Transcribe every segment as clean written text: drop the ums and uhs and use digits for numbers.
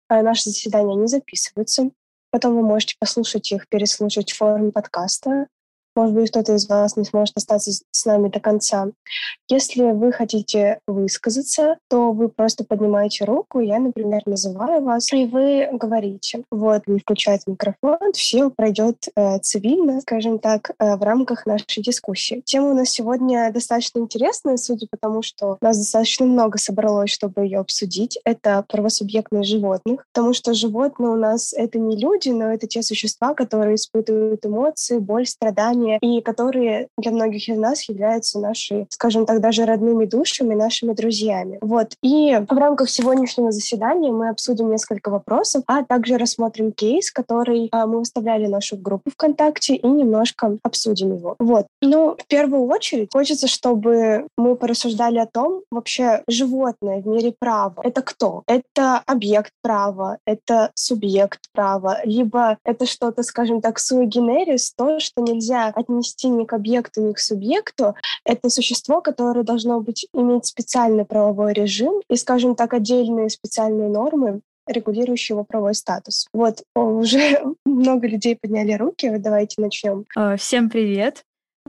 Наши заседания, они записываются. Потом вы можете послушать их, переслушать в форме подкаста. Может быть, кто-то из вас не сможет остаться с нами до конца. Если вы хотите высказаться, то вы просто поднимаете руку, я, например, называю вас, и вы говорите. Вот, не включает микрофон, все пройдет цивильно, скажем так, в рамках нашей дискуссии. Тема у нас сегодня достаточно интересная, судя по тому, что нас достаточно много собралось, чтобы ее обсудить. Это правосубъектность животных, потому что животные у нас — это не люди, но это те существа, которые испытывают эмоции, боль, страдания, и которые для многих из нас являются нашей, скажем так, даже родными душами, нашими друзьями. Вот. И в рамках сегодняшнего заседания мы обсудим несколько вопросов, а также рассмотрим кейс, который мы выставляли в нашу группу ВКонтакте, и немножко обсудим его. Вот. Но в первую очередь хочется, чтобы мы порассуждали о том, вообще животное в мире права — это кто? Это объект права, это субъект права, либо это что-то, скажем так, sui generis, то, что нельзя отнести ни к объекту, ни к субъекту. Это существо, которое должно иметь специальный правовой режим и, скажем так, отдельные специальные нормы, регулирующие его правовой статус. Вот, уже много людей подняли руки, вот давайте начнем. Всем привет!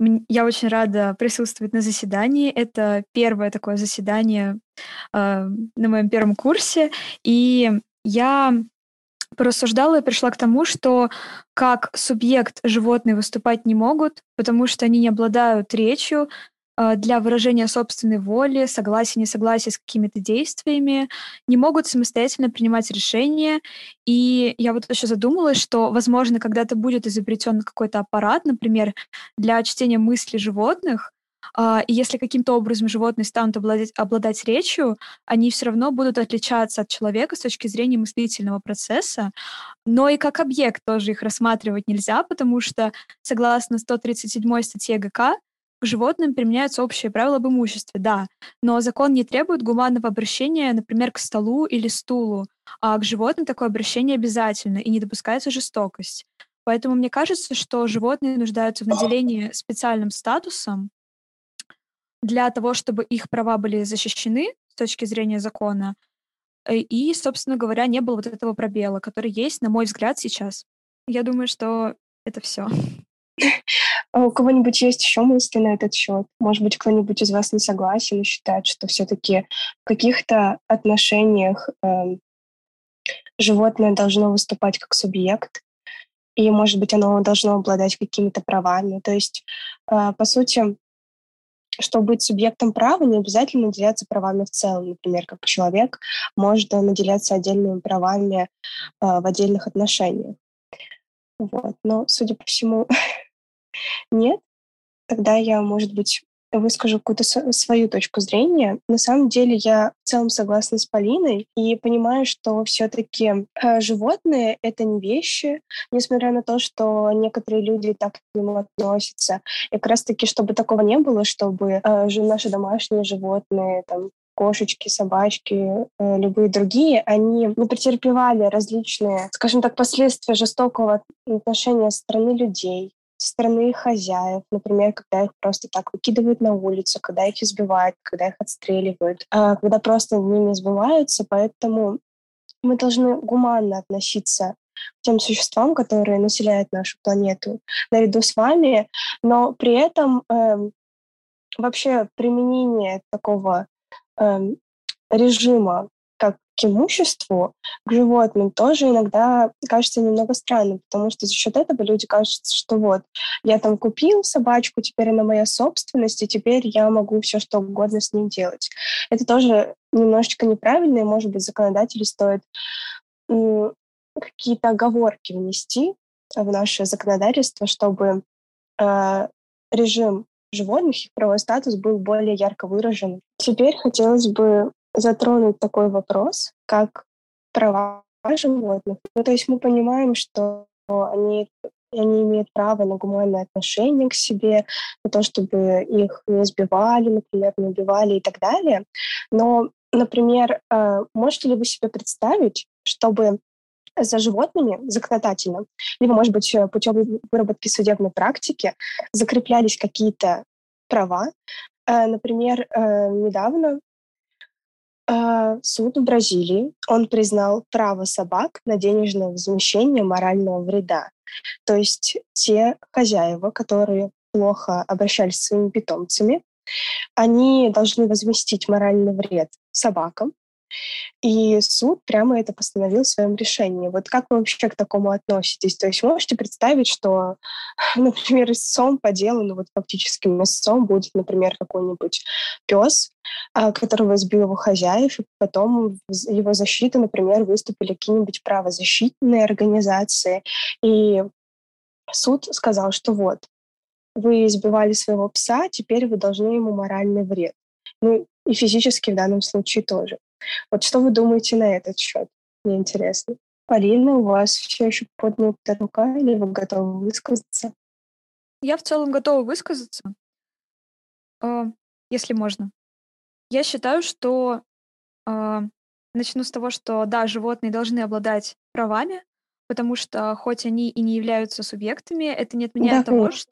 Я очень рада присутствовать на заседании. Это первое такое заседание на моем первом курсе, и я порассуждала и пришла к тому, что как субъект животные выступать не могут, потому что они не обладают речью для выражения собственной воли, согласия, несогласия с какими-то действиями, не могут самостоятельно принимать решения. И я вот еще задумалась, что, возможно, когда-то будет изобретен какой-то аппарат, например, для чтения мыслей животных, и если каким-то образом животные станут обладать речью, они все равно будут отличаться от человека с точки зрения мыслительного процесса, но и как объект тоже их рассматривать нельзя, потому что, согласно 137 статье ГК, к животным применяются общие правила об имуществе, да, но закон не требует гуманного обращения, например, к столу или стулу, а к животным такое обращение обязательно, и не допускается жестокость. Поэтому мне кажется, что животные нуждаются в наделении специальным статусом, для того, чтобы их права были защищены с точки зрения закона, и, собственно говоря, не было вот этого пробела, который есть, на мой взгляд, сейчас. Я думаю, что это все. А у кого-нибудь есть еще мысли на этот счет? Может быть, кто-нибудь из вас не согласен и считает, что все-таки в каких-то отношениях животное должно выступать как субъект, и, может быть, оно должно обладать какими-то правами. То есть, по сути, чтобы быть субъектом права, не обязательно наделяться правами в целом. Например, как человек может наделяться отдельными правами в отдельных отношениях. Вот. Но, судя по всему, нет. Тогда я, может быть, выскажу какую-то свою точку зрения. На самом деле я в целом согласна с Полиной и понимаю, что все-таки животные — это не вещи, несмотря на то, что некоторые люди так к нему относятся. И как раз-таки, чтобы такого не было, чтобы наши домашние животные, там, кошечки, собачки, любые другие, они не претерпевали различные, скажем так, последствия жестокого отношения со стороны людей, со стороны их хозяев, например, когда их просто так выкидывают на улицу, когда их избивают, когда их отстреливают, когда просто над ними избиваются. Поэтому мы должны гуманно относиться к тем существам, которые населяют нашу планету наряду с вами, но при этом вообще применение такого режима, как к имуществу, к животным, тоже иногда кажется немного странным, потому что за счет этого люди кажется, что вот, я там купил собачку, теперь она моя собственность, и теперь я могу все что угодно с ним делать. Это тоже немножечко неправильно, и, может быть, законодателю стоит какие-то оговорки внести в наше законодательство, чтобы режим животных, их правовой статус был более ярко выражен. Теперь хотелось бы затронуть такой вопрос, как права животных. Ну, то есть мы понимаем, что они имеют право на гуманное отношение к себе, на то, чтобы их не избивали, например, не убивали и так далее. Но, например, можете ли вы себе представить, чтобы за животными законодательно, либо, может быть, путем выработки судебной практики закреплялись какие-то права? Например, недавно Суд в Бразилии, он признал право собак на денежное возмещение морального вреда. То есть те хозяева, которые плохо обращались с своими питомцами, они должны возместить моральный вред собакам, и суд прямо это постановил в своем решении. Вот как вы вообще к такому относитесь? То есть можете представить, что, например, истцом по делу, ну вот фактическим истцом будет, например, какой-нибудь пес, которого избил его хозяев, и потом в его защиту, например, выступили какие-нибудь правозащитные организации, и суд сказал, что вот, вы избивали своего пса, теперь вы должны ему моральный вред. Ну, и физически в данном случае тоже. Вот что вы думаете на этот счет? Мне интересно. Полина, у вас все еще поднята рука, или вы готовы высказаться? Я в целом готова высказаться, а, если можно. Я считаю, что а, начну с того, что да, животные должны обладать правами, потому что хоть они и не являются субъектами, это не Да, отменяет того, конечно.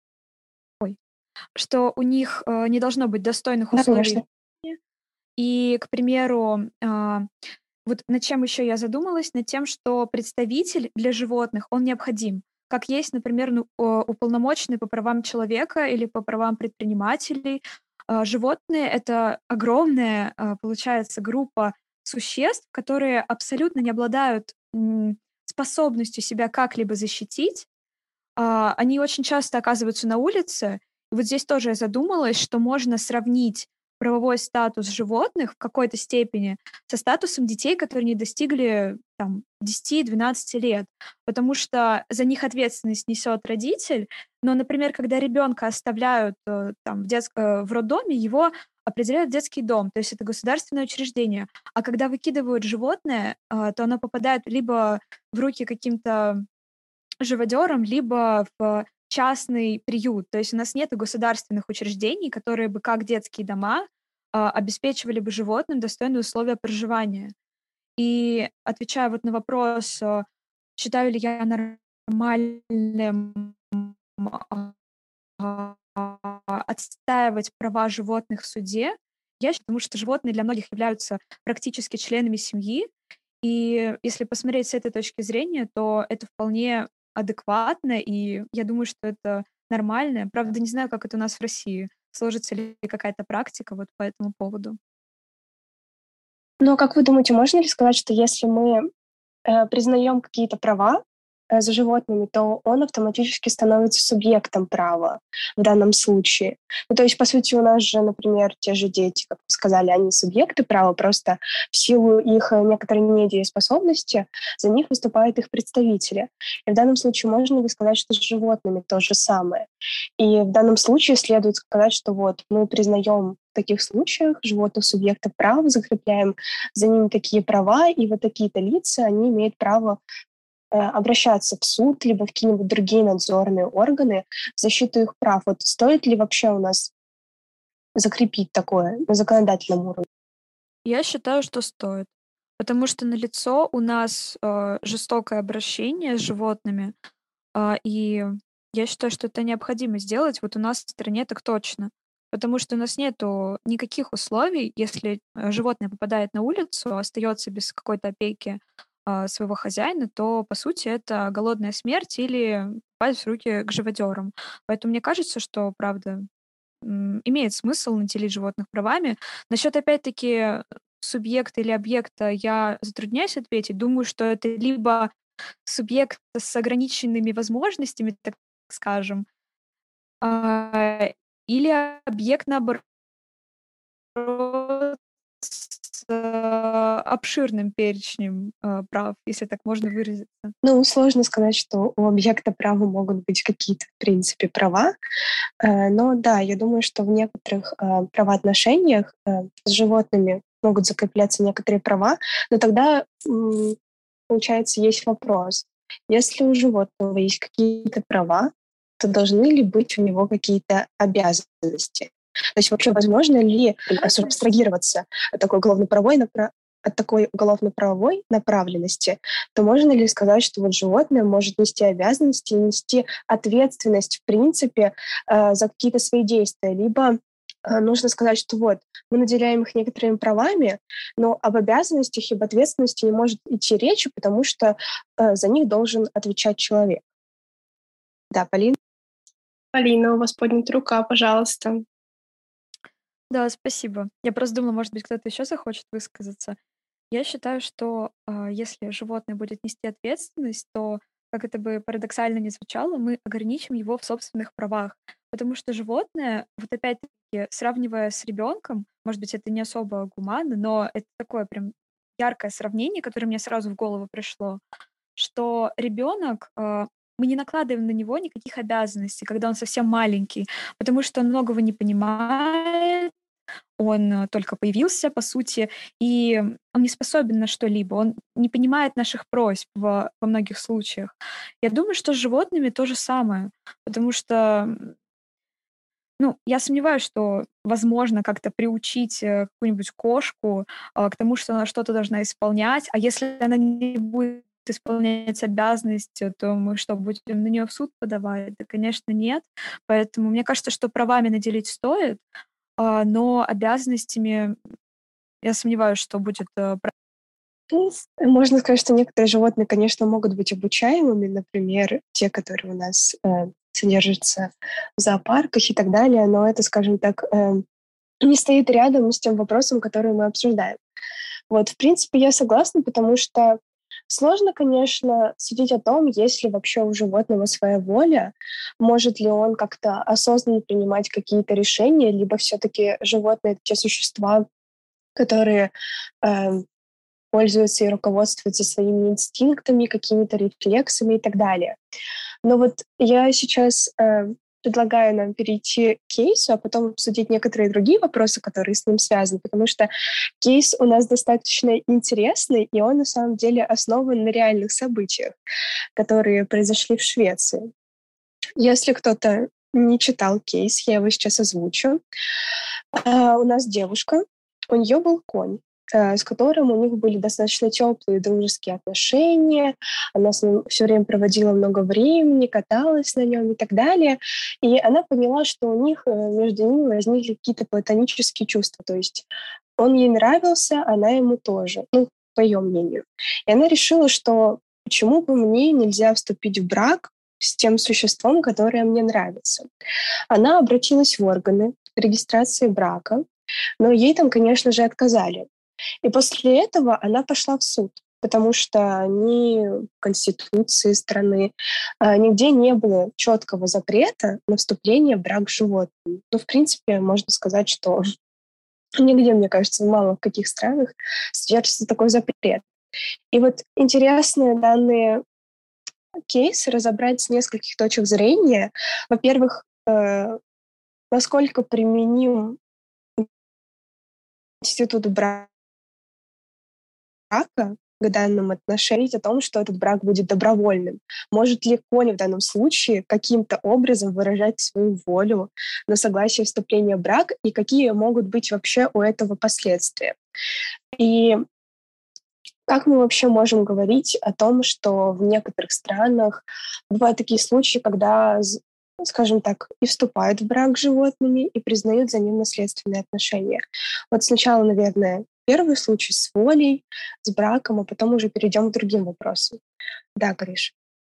что у них не должно быть достойных Да, условий конечно. жизни. И, к примеру, вот над чем еще я задумалась, над тем, что представитель для животных, он необходим. Как есть, например, уполномоченный по правам человека или по правам предпринимателей. Животные — это огромная, получается, группа существ, которые абсолютно не обладают способностью себя как-либо защитить. Они очень часто оказываются на улице. И вот здесь тоже я задумалась, что можно сравнить правовой статус животных в какой-то степени со статусом детей, которые не достигли там 10-12 лет. Потому что за них ответственность несет родитель. Но, например, когда ребенка оставляют там, в роддоме, его определяют в детский дом, то есть это государственное учреждение. А когда выкидывают животное, то оно попадает либо в руки каким-то живодером, либо в частный приют. То есть у нас нет государственных учреждений, которые бы, как детские дома, обеспечивали бы животным достойные условия проживания. И отвечая вот на вопрос, считаю ли я нормальным отстаивать права животных в суде, я считаю, потому что животные для многих являются практически членами семьи, и если посмотреть с этой точки зрения, то это вполне адекватно, и я думаю, что это нормально. Правда, не знаю, как это у нас в России. Сложится ли какая-то практика вот по этому поводу? Но как вы думаете, можно ли сказать, что если мы признаем какие-то права за животными, то он автоматически становится субъектом права в данном случае? Ну, то есть, по сути, у нас же, например, те же дети, как вы сказали, они субъекты права, просто в силу их некоторой недееспособности за них выступают их представители. И в данном случае можно ли сказать, что с животными то же самое? И в данном случае следует сказать, что вот мы признаем в таких случаях животных субъектов права, закрепляем за ними такие права, и вот такие-то лица, они имеют право обращаться в суд, либо в какие-нибудь другие надзорные органы в защиту их прав. Вот стоит ли вообще у нас закрепить такое на законодательном уровне? Я считаю, что стоит. Потому что налицо у нас жестокое обращение с животными, и я считаю, что это необходимо сделать. Вот у нас в стране так точно. Потому что у нас нету никаких условий, если животное попадает на улицу, остается без какой-то опеки своего хозяина, то, по сути, это голодная смерть или попасть в руки к живодерам. Поэтому мне кажется, что, правда, имеет смысл наделить животных правами. Насчет, опять-таки, субъекта или объекта я затрудняюсь ответить. Думаю, что это либо субъект с ограниченными возможностями, так скажем, а, или объект, наоборот, с обширным перечнем прав, если так можно выразиться. Ну, сложно сказать, что у объекта права могут быть какие-то, в принципе, права. Но да, я думаю, что в некоторых правоотношениях с животными могут закрепляться некоторые права, но тогда, получается, есть вопрос. Если у животного есть какие-то права, то должны ли быть у него какие-то обязанности? То есть вообще возможно ли абстрагироваться от такой уголовно-правовой направленности, то можно ли сказать, что вот животное может нести обязанности и нести ответственность в принципе за какие-то свои действия, либо нужно сказать, что вот, мы наделяем их некоторыми правами, но об обязанностях и об ответственности не может идти речи, потому что за них должен отвечать человек. Да, Полина? Полина, у вас поднята рука, пожалуйста. Да, спасибо. Я просто думала, может быть, кто-то еще захочет высказаться. Я считаю, что если животное будет нести ответственность, то, как это бы парадоксально не звучало, мы ограничим его в собственных правах. Потому что животное, вот опять-таки, сравнивая с ребенком, может быть, это не особо гуманно, но это такое прям яркое сравнение, которое мне сразу в голову пришло, что ребенок, мы не накладываем на него никаких обязанностей, когда он совсем маленький, потому что он многого не понимает, он только появился, по сути, и он не способен на что-либо, он не понимает наших просьб во многих случаях. Я думаю, что с животными то же самое, потому что, ну, я сомневаюсь, что возможно как-то приучить какую-нибудь кошку к тому, что она что-то должна исполнять, а если она не будет исполнять обязанности, то мы что, будем на нее в суд подавать? Да, конечно, нет. Поэтому мне кажется, что правами наделить стоит, но обязанностями я сомневаюсь, что будет Ну, можно сказать, что некоторые животные, конечно, могут быть обучаемыми, например, те, которые у нас содержатся в зоопарках и так далее, но это, скажем так, не стоит рядом с тем вопросом, который мы обсуждаем. Вот, в принципе, я согласна, потому что сложно, конечно, судить о том, есть ли вообще у животного своя воля, может ли он как-то осознанно принимать какие-то решения, либо все-таки животные — это те существа, которые пользуются и руководствуются своими инстинктами, какими-то рефлексами и так далее. Но вот я сейчас предлагаю нам перейти к кейсу, а потом обсудить некоторые другие вопросы, которые с ним связаны, потому что кейс у нас достаточно интересный, и он на самом деле основан на реальных событиях, которые произошли в Швеции. Если кто-то не читал кейс, я его сейчас озвучу. У нас девушка, у нее был конь, с которым у них были достаточно теплые дружеские отношения. Она с ним все время проводила много времени, каталась на нем и так далее. И она поняла, что у них между ними возникли какие-то платонические чувства. То есть он ей нравился, она ему тоже, ну, по ее мнению. И она решила, что почему бы мне нельзя вступить в брак с тем существом, которое мне нравится. Она обратилась в органы регистрации брака, но ей там, конечно же, отказали. И после этого она пошла в суд, потому что ни в Конституции страны нигде не было четкого запрета на вступление в брак с животным. Ну, в принципе, можно сказать, что нигде, мне кажется, мало в каких странах содержится такой запрет. И вот интересные данные кейсы разобрать с нескольких точек зрения. Во-первых, насколько применим институт брака к данным отношениям, о том, что этот брак будет добровольным. Может ли конь в данном случае каким-то образом выражать свою волю на согласие вступления в брак, и какие могут быть вообще у этого последствия? И как мы вообще можем говорить о том, что в некоторых странах бывают такие случаи, когда, скажем так, и вступают в брак с животными, и признают за ним наследственные отношения? Вот сначала, наверное, первый случай с волей, с браком, а потом уже перейдем к другим вопросам. Да, Гриш.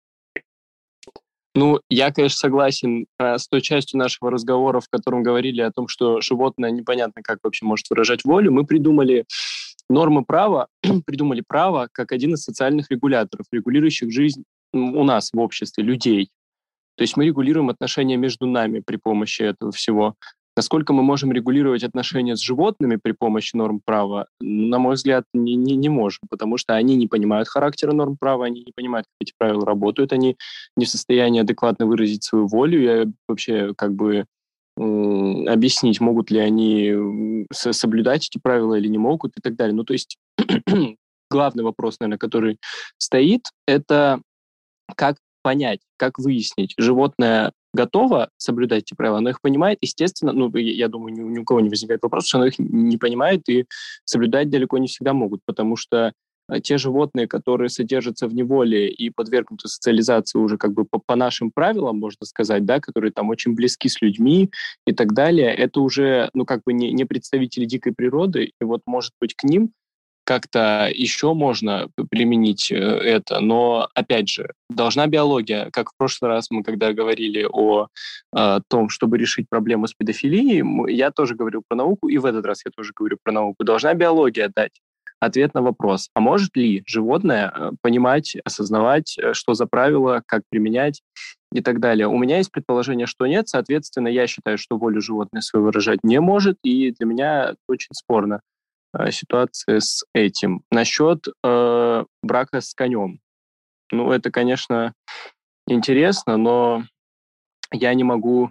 Ну, я, конечно, согласен с той частью нашего разговора, в котором говорили о том, что животное непонятно как вообще может выражать волю. Мы придумали нормы права, придумали право как один из социальных регуляторов, регулирующих жизнь у нас в обществе, людей. То есть мы регулируем отношения между нами при помощи этого всего. Насколько мы можем регулировать отношения с животными при помощи норм права, на мой взгляд, не можем, потому что они не понимают характера норм права, они не понимают, как эти правила работают, они не в состоянии адекватно выразить свою волю и вообще как бы объяснить, могут ли они соблюдать эти правила или не могут и так далее. Ну, то есть главный вопрос, наверное, который стоит, это как понять, как выяснить, животное готово соблюдать эти правила, оно их понимает, естественно, ну, я думаю, ни у кого не возникает вопрос, что оно их не понимает и соблюдать далеко не всегда могут, потому что те животные, которые содержатся в неволе и подвергнуты социализации уже как бы по нашим правилам, можно сказать, да, которые там очень близки с людьми и так далее, это уже, ну, как бы не представители дикой природы, и вот, может быть, к ним как-то еще можно применить это, но, опять же, должна биология, как в прошлый раз мы когда говорили о том, чтобы решить проблему с педофилией, я тоже говорил про науку, и в этот раз я тоже говорю про науку, должна биология дать ответ на вопрос, а может ли животное понимать, осознавать, что за правила, как применять и так далее. У меня есть предположение, что нет, соответственно, я считаю, что волю животное свою выражать не может, и для меня очень спорно ситуация с этим. Насчет брака с конем. Ну, это, конечно, интересно, но я не могу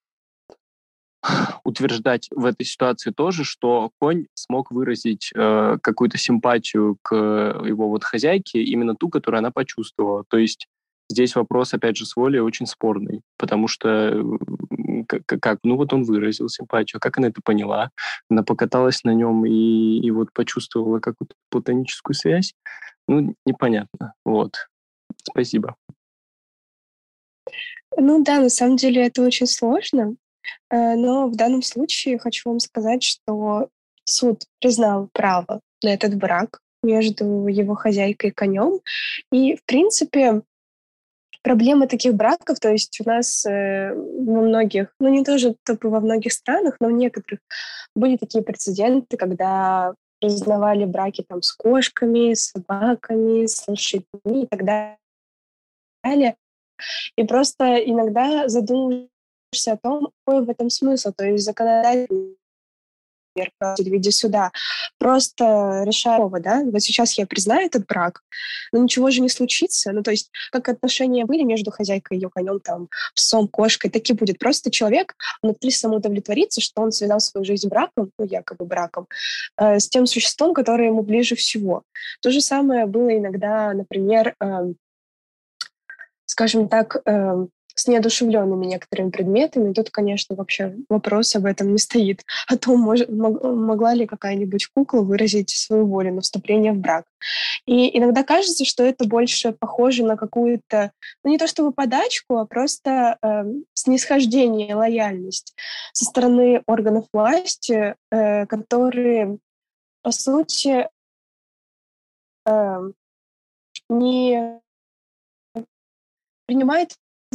утверждать в этой ситуации тоже, что конь смог выразить какую-то симпатию к его вот хозяйке, именно ту, которую она почувствовала. То есть здесь вопрос, опять же, с волей очень спорный, потому что как, ну вот он выразил симпатию, как она это поняла? Она покаталась на нем и вот почувствовала какую-то платоническую связь? Ну, непонятно. Вот. Спасибо. Ну да, на самом деле это очень сложно, но в данном случае хочу вам сказать, что суд признал право на этот брак между его хозяйкой и конем. И, в принципе, проблема таких браков, то есть у нас во многих, ну не тоже только во многих странах, но в некоторых были такие прецеденты, когда признавали браки там с кошками, с собаками, с лошадьми и так далее. И просто иногда задумываешься о том, какой в этом смысл. То есть законодатель, например, в виде суда, просто решает, да, вот сейчас я признаю этот брак, но ничего же не случится. Ну, то есть, как отношения были между хозяйкой и ее конем, там, псом, кошкой, так и будет. Просто человек внутри самоудовлетворится, что он связал свою жизнь браком, ну, якобы браком, с тем существом, которое ему ближе всего. То же самое было иногда, например, скажем так, с неодушевленными некоторыми предметами. Тут, конечно, вообще вопрос об этом не стоит. О том, могла ли какая-нибудь кукла выразить свою волю на вступление в брак. И иногда кажется, что это больше похоже на какую-то, ну не то чтобы подачку, а просто снисхождение, лояльность со стороны органов власти, которые, по сути, не принимают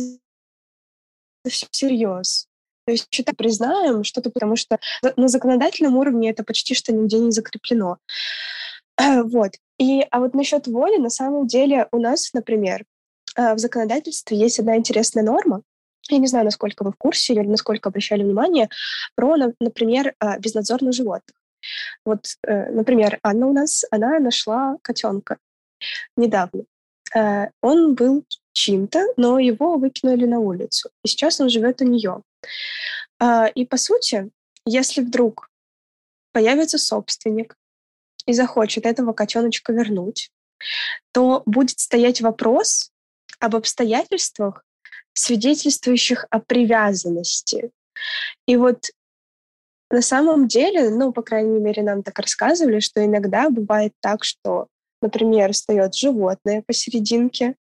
всерьез. То есть что-то признаем, что-то, потому что на законодательном уровне это почти что нигде не закреплено. Вот. А вот насчет воли, на самом деле, у нас, например, в законодательстве есть одна интересная норма. Я не знаю, насколько вы в курсе или насколько обращали внимание, про, например, безнадзорных животных. Вот, например, Анна у нас, она нашла котенка недавно. Он был чьим-то, но его выкинули на улицу. И сейчас он живет у нее. И, по сути, если вдруг появится собственник и захочет этого котеночка вернуть, то будет стоять вопрос об обстоятельствах, свидетельствующих о привязанности. И вот на самом деле, ну, по крайней мере, нам так рассказывали, что иногда бывает так, что, например, встает животное посерединке,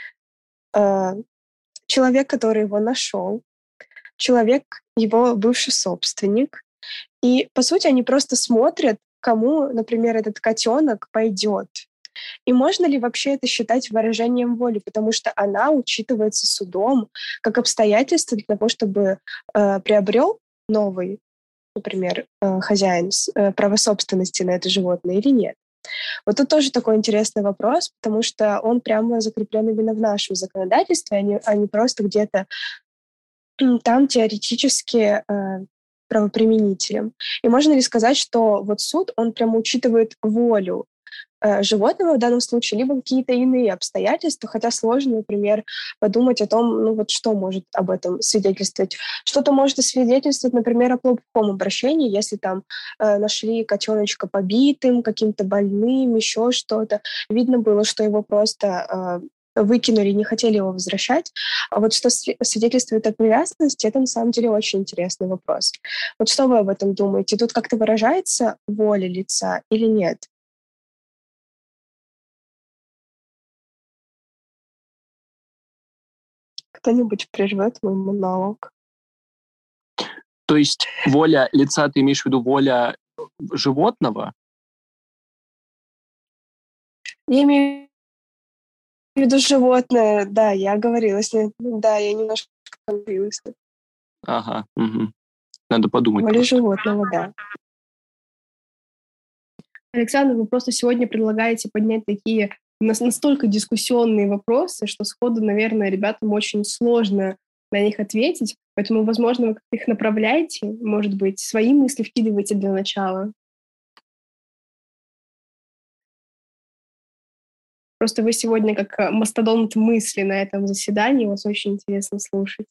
человек, который его нашел, человек, его бывший собственник. И, по сути, они просто смотрят, кому, например, этот котенок пойдет. И можно ли вообще это считать выражением воли? Потому что она учитывается судом как обстоятельство для того, чтобы приобрел новый, например, хозяин право собственности на это животное или нет. Вот тут тоже такой интересный вопрос, потому что он прямо закреплен именно в нашем законодательстве, а не просто где-то там теоретически правоприменителем. И можно ли сказать, что вот суд, он прямо учитывает волю животного в данном случае, либо какие-то иные обстоятельства, хотя сложно, например, подумать о том, ну вот что может об этом свидетельствовать. Что-то может и свидетельствовать, например, о плохом обращении, если там нашли котеночка побитым, каким-то больным, еще что-то. Видно было, что его просто выкинули, не хотели его возвращать. А вот что свидетельствует о привязанности, это на самом деле очень интересный вопрос. Вот что вы об этом думаете? Тут как-то выражается воля лица или нет? кто-нибудь прервет мой монолог. То есть воля лица, ты имеешь в виду воля животного? Я имею в виду животное. Да, я оговорилась. Да, я немножко оговорилась. Ага, угу. Надо подумать Воля просто. животного, да. Александр, вы просто сегодня предлагаете поднять такие настолько дискуссионные вопросы, что сходу, наверное, ребятам очень сложно на них ответить. Поэтому, возможно, вы как-то их направляете, может быть, свои мысли вкидываете для начала. Просто вы сегодня как мастодонт мысли на этом заседании, вас очень интересно слушать.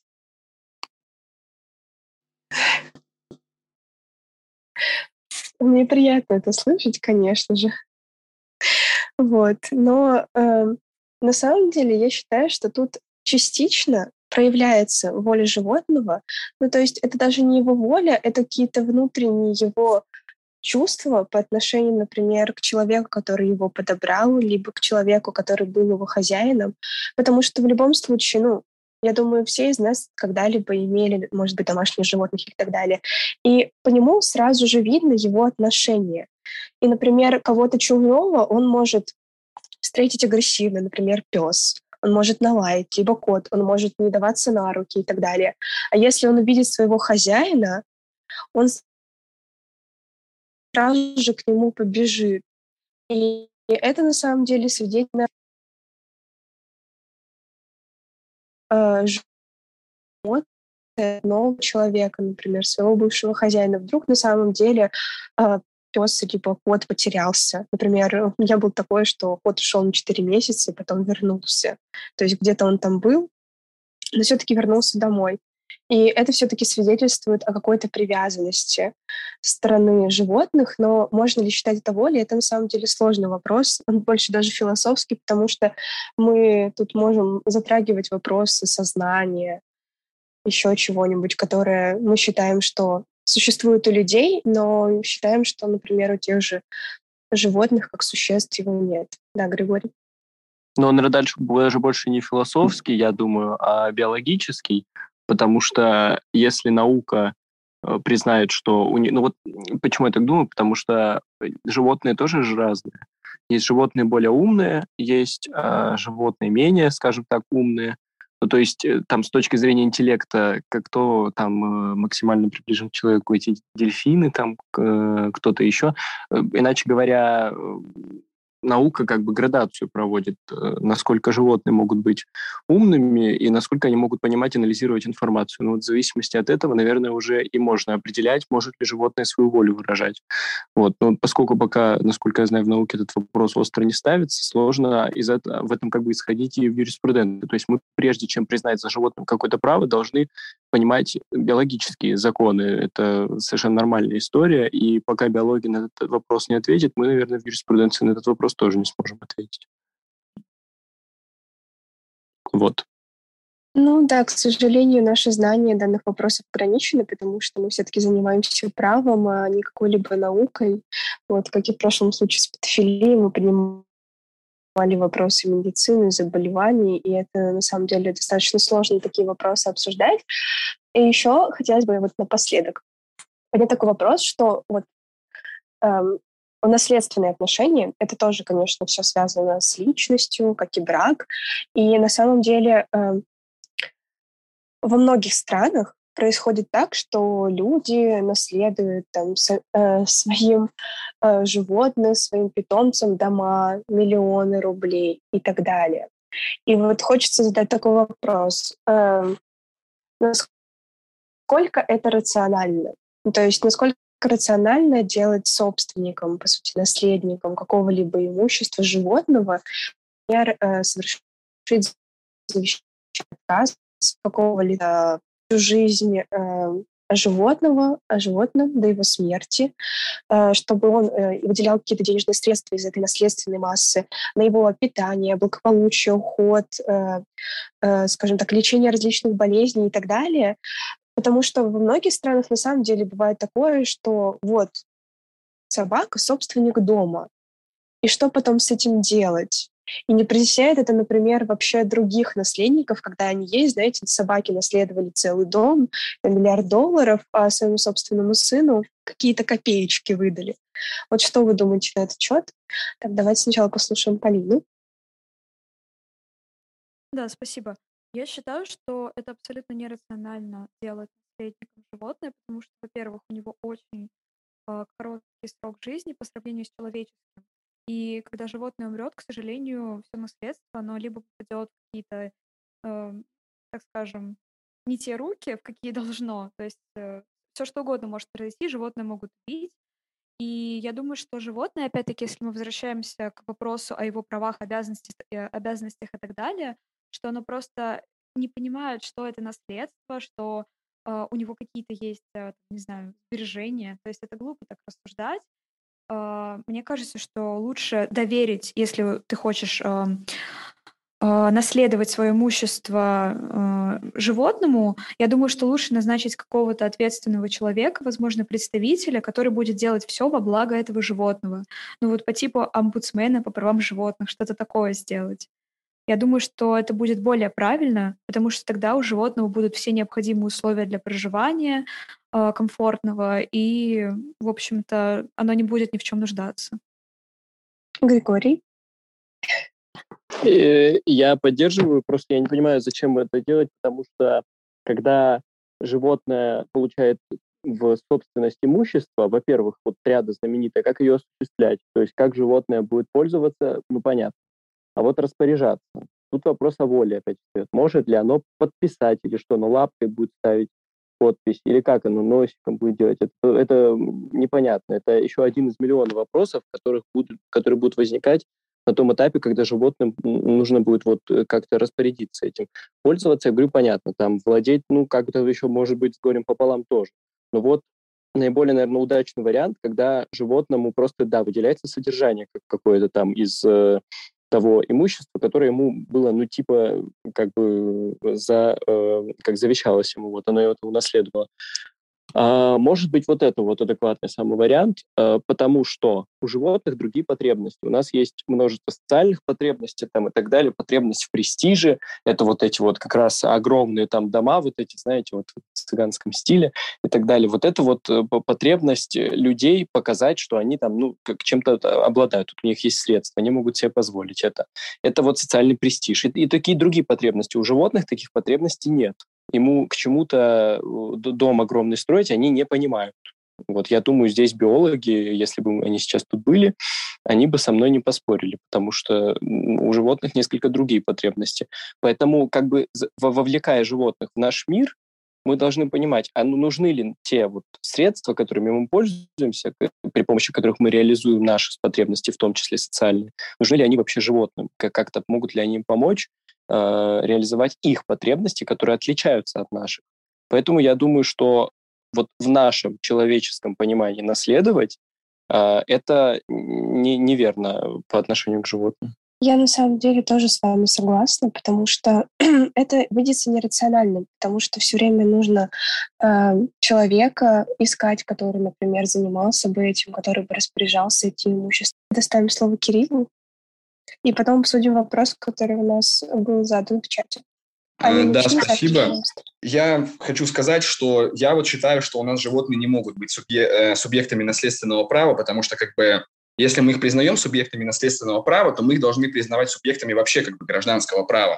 Мне приятно это слышать, конечно же. Вот. Но на самом деле я считаю, что тут частично проявляется воля животного. Ну, то есть это даже не его воля, это какие-то внутренние его чувства по отношению, например, к человеку, который его подобрал, либо к человеку, который был его хозяином. Потому что в любом случае, ну, я думаю, все из нас когда-либо имели, может быть, домашних животных и так далее. И по нему сразу же видно его отношение. И, например, кого-то чужого он может встретить агрессивно, например, пес. Он может налаять, либо кот, он может не даваться на руки и так далее. А если он увидит своего хозяина, он сразу же к нему побежит. И это на самом деле свидетельно животного нового человека, например, своего бывшего хозяина. Вдруг на самом деле пес либо кот потерялся. Например, у меня было такое, что кот ушел на 4 месяца и потом вернулся. То есть где-то он там был, но все-таки вернулся домой. И это все-таки свидетельствует о какой-то привязанности со стороны животных, но можно ли считать это волей, это на самом деле сложный вопрос, он больше даже философский, потому что мы тут можем затрагивать вопросы сознания, еще чего-нибудь, которое мы считаем, что существует у людей, но считаем, что, например, у тех же животных, как существ, его нет. Да, Григорий? Но он дальше даже больше не философский, я думаю, а биологический, потому что если наука признает, что ну вот почему я так думаю, потому что животные тоже же разные. Есть животные более умные, есть животные менее, скажем так, умные. Ну, то есть там с точки зрения интеллекта, кто там максимально приближен к человеку, эти дельфины, там кто-то еще. Иначе говоря, наука как бы градацию проводит, насколько животные могут быть умными и насколько они могут понимать и анализировать информацию. Но вот в зависимости от этого, наверное, уже и можно определять, может ли животное свою волю выражать. Вот. Но поскольку пока, насколько я знаю, в науке этот вопрос остро не ставится, сложно в этом как бы исходить и в юриспруденции. То есть мы, прежде чем признать за животным какое-то право, должны понимать биологические законы. Это совершенно нормальная история, и пока биология на этот вопрос не ответит, мы, наверное, в юриспруденции на этот вопрос тоже не сможем ответить. Вот. Ну да, к сожалению, наши знания данных вопросов ограничены, потому что мы все-таки занимаемся правом, а не какой-либо наукой. Вот, как и в прошлом случае с педофилией, мы поднимали вопросы медицины, заболеваний, и это на самом деле достаточно сложно такие вопросы обсуждать. И еще хотелось бы вот напоследок поднять такой вопрос, что вот наследственные отношения, это тоже, конечно, все связано с личностью, как и брак. И на самом деле во многих странах происходит так, что люди наследуют там, своим животным, своим питомцам дома, миллионы рублей и так далее. И вот хочется задать такой вопрос. Насколько это рационально? Ну, то есть насколько рационально делать собственником, по сути, наследником какого-либо имущества животного, например, совершить завещание отказ какого-либо всю жизнь о животном до его смерти, чтобы он выделял какие-то денежные средства из этой наследственной массы на его питание, благополучие, уход, скажем так, лечение различных болезней и так далее. Потому что во многих странах на самом деле бывает такое, что вот собака — собственник дома. И что потом с этим делать? И не притесняет это, например, вообще других наследников, когда они есть, знаете, собаки наследовали целый дом, $1 миллиард, а своему собственному сыну какие-то копеечки выдали. Вот что вы думаете на этот счет? Так, давайте сначала послушаем Полину. Да, спасибо. Я считаю, что это абсолютно нерационально делать наследником животное, потому что, во-первых, у него очень короткий срок жизни по сравнению с человеческим. И когда животное умрет, к сожалению, все наследство, оно либо попадет в какие-то, так скажем, не те руки, в какие должно. То есть все что угодно может произойти, животное могут убить. И я думаю, что животное, опять-таки, если мы возвращаемся к вопросу о его правах, обязанностях и так далее, что оно просто не понимает, что это наследство, что у него какие-то есть, не знаю, сбережения. То есть это глупо так рассуждать. Мне кажется, что лучше доверить, если ты хочешь наследовать свое имущество животному, я думаю, что лучше назначить какого-то ответственного человека, возможно, представителя, который будет делать все во благо этого животного. Ну вот по типу омбудсмена по правам животных, что-то такое сделать. Я думаю, что это будет более правильно, потому что тогда у животного будут все необходимые условия для проживания комфортного, и, в общем-то, оно не будет ни в чем нуждаться. Григорий? Я поддерживаю, просто я не понимаю, зачем это делать, потому что когда животное получает в собственность имущество, во-первых, вот ряда знаменитая, как ее осуществлять, то есть как животное будет пользоваться, ну понятно. А вот распоряжаться. Тут вопрос о воле опять встает. Может ли оно подписать или что, оно лапкой будет ставить подпись, или как оно носиком будет делать. Это непонятно. Это еще один из миллионов вопросов, которые будут возникать на том этапе, когда животным нужно будет вот как-то распорядиться этим. Пользоваться, я говорю, понятно. Там владеть, ну, как-то еще, может быть, с горем пополам тоже. Но вот наиболее, наверное, удачный вариант, когда животному просто, да, выделяется содержание какое-то там из того имущества, которое ему было, ну, типа, как бы, как завещалось ему, вот оно его унаследовало. Может быть, вот это вот адекватный самый вариант, потому что у животных другие потребности. У нас есть множество социальных потребностей там, и так далее, потребность в престиже. Это вот эти вот как раз огромные там дома, вот эти, знаете, вот в цыганском стиле и так далее. Вот это вот потребность людей показать, что они там, ну, как чем-то обладают. Тут у них есть средства, они могут себе позволить это. Это вот социальный престиж. И такие другие потребности. У животных таких потребностей нет. Ему к чему-то дом огромный строить они не понимают. Вот я думаю, здесь биологи, если бы они сейчас тут были, они бы со мной не поспорили, потому что у животных несколько другие потребности. Поэтому, как бы вовлекая животных в наш мир, мы должны понимать, а нужны ли те вот средства, которыми мы пользуемся, при помощи которых мы реализуем наши потребности, в том числе социальные, нужны ли они вообще животным, как-то могут ли они им помочь реализовать их потребности, которые отличаются от наших. Поэтому я думаю, что вот в нашем человеческом понимании наследовать это неверно по отношению к животным. Я на самом деле тоже с вами согласна, потому что это видится нерациональным, потому что все время нужно человека искать, который, например, занимался бы этим, который бы распоряжался этим имуществом. Доставим слово Кириллу, и потом обсудим вопрос, который у нас был задан в чате. Да, спасибо. Я хочу сказать, что я вот считаю, что у нас животные не могут быть субъектами наследственного права, потому что как бы если мы их признаем субъектами наследственного права, то мы их должны признавать субъектами вообще как бы гражданского права.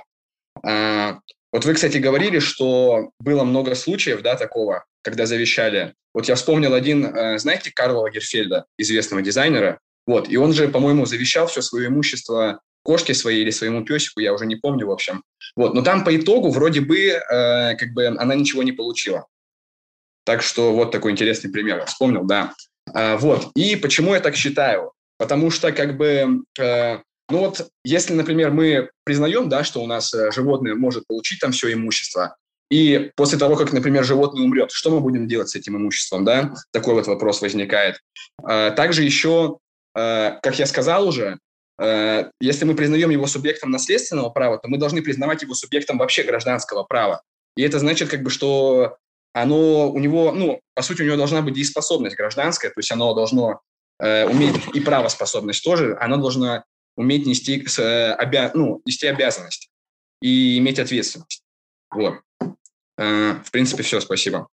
Вот вы, кстати, говорили, что было много случаев, да, такого, когда завещали. Вот я вспомнил один, знаете, Карла Лагерфельда, известного дизайнера. Вот, и он же, по-моему, завещал все свое имущество кошке своей или своему песику, я уже не помню, в общем. Вот, но там по итогу вроде бы как бы она ничего не получила. Так что вот такой интересный пример. Я вспомнил, да. Вот, и почему я так считаю? Потому что как бы, ну вот, если, например, мы признаем, да, что у нас животное может получить там все имущество, и после того, как, например, животное умрет, что мы будем делать с этим имуществом, да? Такой вот вопрос возникает. Также еще, как я сказал уже, если мы признаем его субъектом наследственного права, то мы должны признавать его субъектом вообще гражданского права. И это значит, как бы, что оно у него, ну, по сути, у него должна быть дееспособность гражданская, то есть оно должно уметь и правоспособность тоже, оно должно уметь нести обязанности и иметь ответственность. Вот. В принципе, все, спасибо.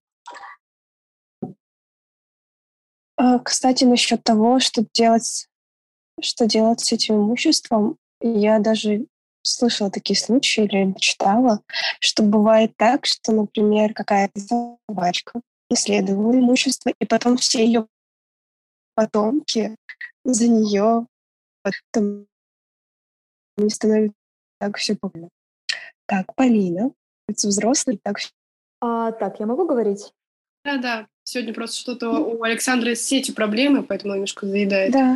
Кстати, насчет того, что делать с этим имуществом, я даже слышала такие случаи или читала, что бывает так, что, например, какая-то собачка наследовала имущество, и потом все ее потомки за нее потом не становится так все помню. Так, Полина, это взрослый, так. Так, я могу говорить? Да. Сегодня просто что-то у Александры с сетью проблемы, поэтому немножко заедает. Да.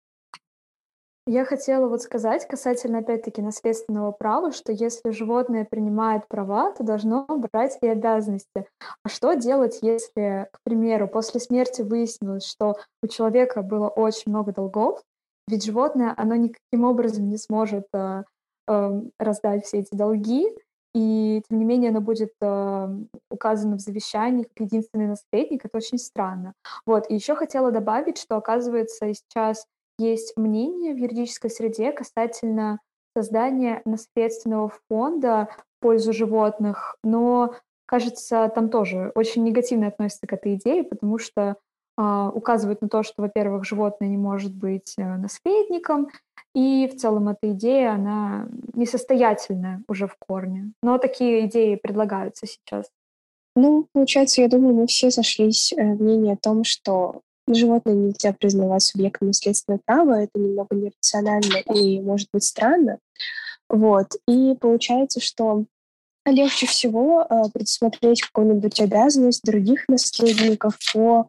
Я хотела сказать касательно, опять-таки, наследственного права, что если животное принимает права, то должно брать и обязанности. А что делать, если, к примеру, после смерти выяснилось, что у человека было очень много долгов, ведь животное, оно никаким образом не сможет раздать все эти долги, и тем не менее оно будет указано в завещании как единственный наследник. Это очень странно. Вот. И еще хотела добавить, что, оказывается, сейчас есть мнение в юридической среде касательно создания наследственного фонда в пользу животных, но, кажется, там тоже очень негативно относятся к этой идее, потому что указывают на то, что, во-первых, животное не может быть наследником, и в целом эта идея, она несостоятельная уже в корне. Но такие идеи предлагаются сейчас. Получается, я думаю, мы все сошлись в мнении о том, что животное нельзя признавать субъектом наследственного права, это немного нерационально и может быть странно. Вот. И получается, что легче всего предусмотреть какую-нибудь обязанность других наследников по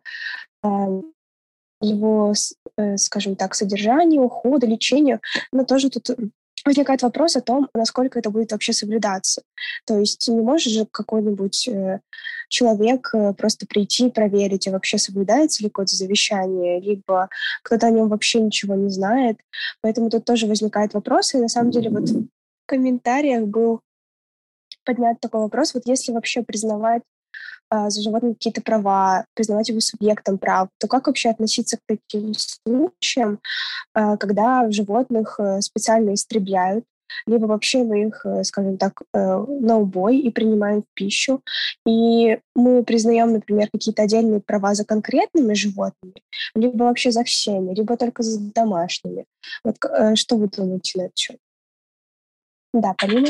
его, скажем так, содержанию, уходу, лечению. Но тоже тут возникает вопрос о том, насколько это будет вообще соблюдаться. То есть не может же какой-нибудь человек просто прийти и проверить, а вообще соблюдается ли какое-то завещание, либо кто-то о нем вообще ничего не знает. Поэтому тут тоже возникает вопрос. И на самом деле в комментариях был поднят такой вопрос, если вообще признавать за животным какие-то права, признавать его субъектом прав, то как вообще относиться к таким случаям, когда животных специально истребляют, либо вообще мы их, скажем так, на убой и принимаем в пищу, и мы признаем, например, какие-то отдельные права за конкретными животными, либо вообще за всеми, либо только за домашними. Что вы думаете на этот счет? Да, Полина?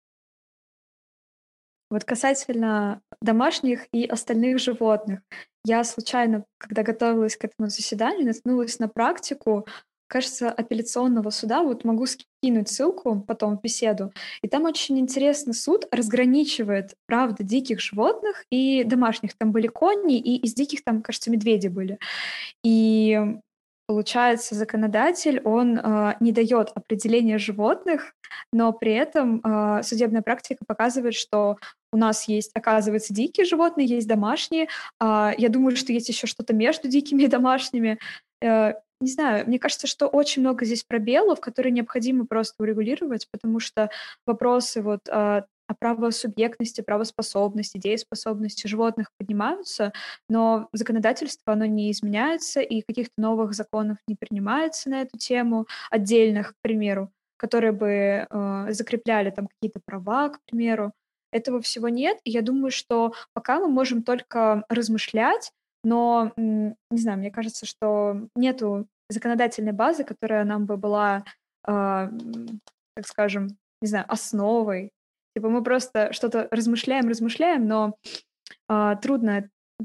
Касательно домашних и остальных животных, я случайно, когда готовилась к этому заседанию, наткнулась на практику, кажется, апелляционного суда. Могу скинуть ссылку потом в беседу. И там очень интересно суд разграничивает, правда, диких животных и домашних. Там были кони, и из диких там, кажется, медведи были. И получается, законодатель, он не дает определения животных, но при этом судебная практика показывает, что у нас есть, оказывается, дикие животные, есть домашние. Я думаю, что есть еще что-то между дикими и домашними. Не знаю, мне кажется, что очень много здесь пробелов, которые необходимо просто урегулировать, потому что вопросы о правосубъектности, правоспособности, дееспособности животных поднимаются, но законодательство, оно не изменяется, и каких-то новых законов не принимается на эту тему, отдельных, к примеру, которые бы закрепляли там какие-то права, к примеру. Этого всего нет, и я думаю, что пока мы можем только размышлять, но, не знаю, мне кажется, что нету законодательной базы, которая нам бы была, так скажем, не знаю, основой. Мы просто что-то размышляем, но трудно,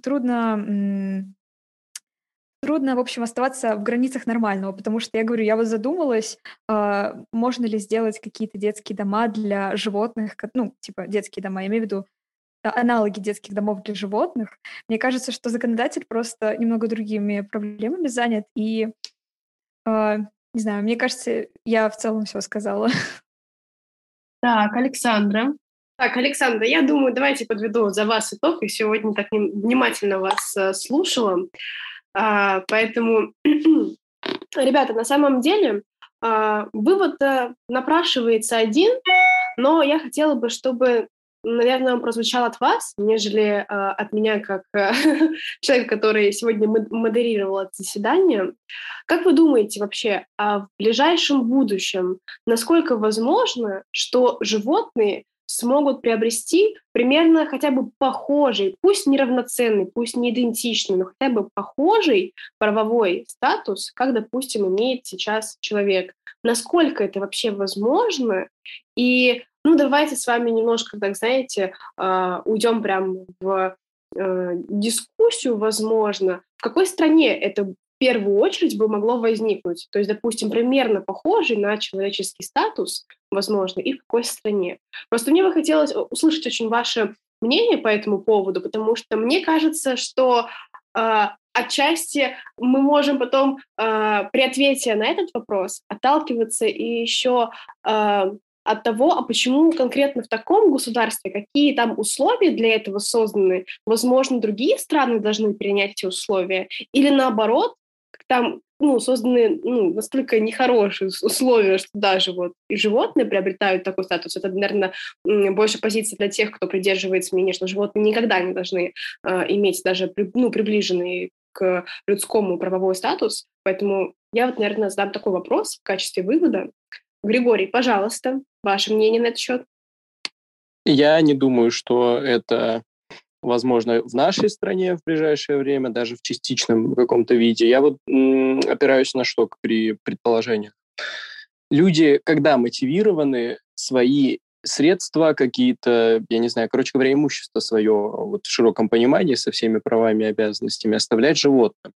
в общем, оставаться в границах нормального, потому что я говорю, я задумалась, можно ли сделать какие-то детские дома для животных, детские дома, я имею в виду аналоги детских домов для животных. Мне кажется, что законодатель просто немного другими проблемами занят, и, не знаю, мне кажется, я в целом все сказала. Так, Александра, я думаю, давайте подведу за вас итог. Я сегодня так внимательно вас слушала. Поэтому, ребята, на самом деле вывод напрашивается один, но я хотела бы, чтобы наверное, он прозвучал от вас, нежели от меня, как человека, который сегодня модерировал это заседание. Как вы думаете вообще, в ближайшем будущем, насколько возможно, что животные смогут приобрести примерно хотя бы похожий, пусть не равноценный, пусть не идентичный, но хотя бы похожий правовой статус, как, допустим, имеет сейчас человек? Насколько это вообще возможно? И, давайте с вами немножко, так знаете, уйдем прям в дискуссию, возможно. В какой стране это в первую очередь бы могло возникнуть? То есть, допустим, примерно похожий на человеческий статус, возможно, и в какой стране? Просто мне бы хотелось услышать очень ваше мнение по этому поводу, потому что мне кажется, что отчасти мы можем потом при ответе на этот вопрос отталкиваться и еще от того, а почему конкретно в таком государстве, какие там условия для этого созданы, возможно, другие страны должны перенять эти условия, или наоборот, там созданы настолько нехорошие условия, что даже вот и животные приобретают такой статус. Это, наверное, больше позиция для тех, кто придерживается мнения, что животные никогда не должны иметь даже приближенный к людскому правовой статус. Поэтому я вот, наверное, задам такой вопрос в качестве вывода. Григорий, пожалуйста, ваше мнение на этот счет? Я не думаю, что это возможно в нашей стране в ближайшее время, даже в частичном каком-то виде. Я вот опираюсь на что при предположениях. Люди, когда мотивированы, свои средства какие-то, я не знаю, короче говоря, имущество свое вот в широком понимании со всеми правами и обязанностями оставлять животным.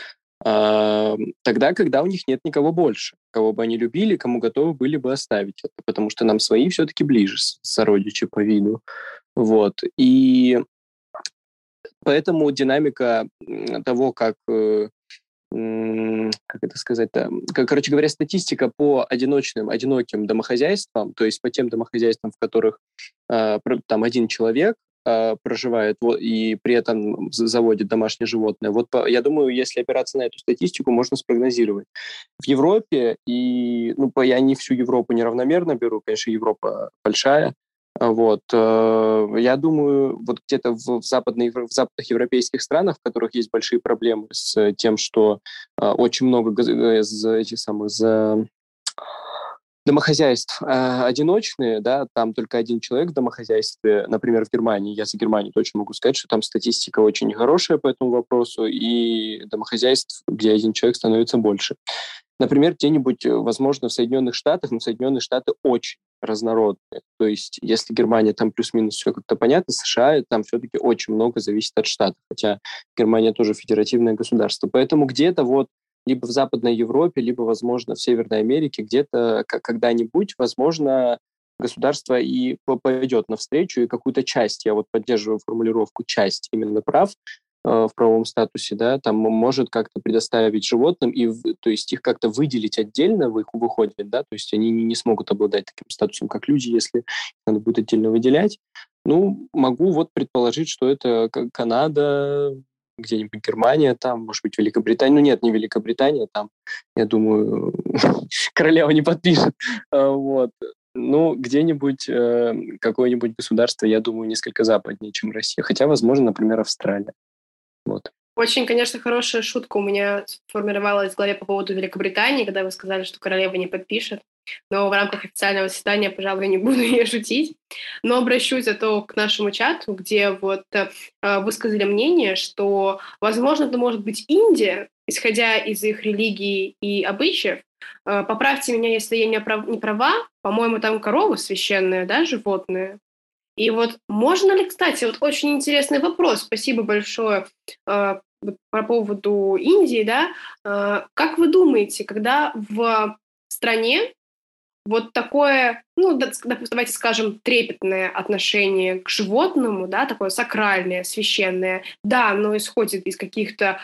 Тогда, когда у них нет никого больше, кого бы они любили, кому готовы были бы оставить это, потому что нам свои все-таки ближе, сородичи по виду. Вот. И поэтому динамика того, как это сказать-то, короче говоря, статистика по одиноким домохозяйствам, то есть по тем домохозяйствам, в которых там один человек проживает и при этом заводит домашнее животное. Вот я думаю, если опираться на эту статистику, можно спрогнозировать. В Европе, я не всю Европу неравномерно беру, конечно, Европа большая, вот, я думаю, вот где-то в западных европейских странах, в которых есть большие проблемы с тем, что очень много домохозяйств одиночные, да, там только один человек в домохозяйстве, например, в Германии, я за Германию точно могу сказать, что там статистика очень хорошая по этому вопросу, и домохозяйств, где один человек, становится больше. Например, где-нибудь, возможно, в Соединенных Штатах, но Соединенные Штаты очень разнородные. То есть, если Германия там плюс-минус все как-то понятно, США там все-таки очень много зависит от штатов, хотя Германия тоже федеративное государство. Поэтому где-то вот либо в Западной Европе, либо, возможно, в Северной Америке, где-то когда-нибудь, возможно, государство и пойдет навстречу, и какую-то часть, я вот поддерживаю формулировку «часть» именно прав в правовом статусе, да, там может как-то предоставить животным, то есть их как-то выделить отдельно выходит, да, то есть они не смогут обладать таким статусом, как люди, если надо будет отдельно выделять. Могу вот предположить, что это Канада, где-нибудь Германия, там, может быть, Великобритания. Нет, не Великобритания, там, я думаю, королева не подпишет. Вот. Где-нибудь какое-нибудь государство, я думаю, несколько западнее, чем Россия. Хотя, возможно, например, Австралия. Вот. Очень, конечно, хорошая шутка у меня сформировалась в голове по поводу Великобритании, когда вы сказали, что королева не подпишет. Но в рамках официального заседания, пожалуй, не буду ее шутить. Но обращусь зато к нашему чату, где вот высказали мнение, что, возможно, это может быть Индия, исходя из их религии и обычаев. Поправьте меня, если я не права. По-моему, там корова священная, да, животное. И вот можно ли, кстати, вот очень интересный вопрос, спасибо большое по поводу Индии, да, как вы думаете, когда в стране вот такое, давайте скажем, трепетное отношение к животному, да, такое сакральное, священное, да, оно исходит из каких-то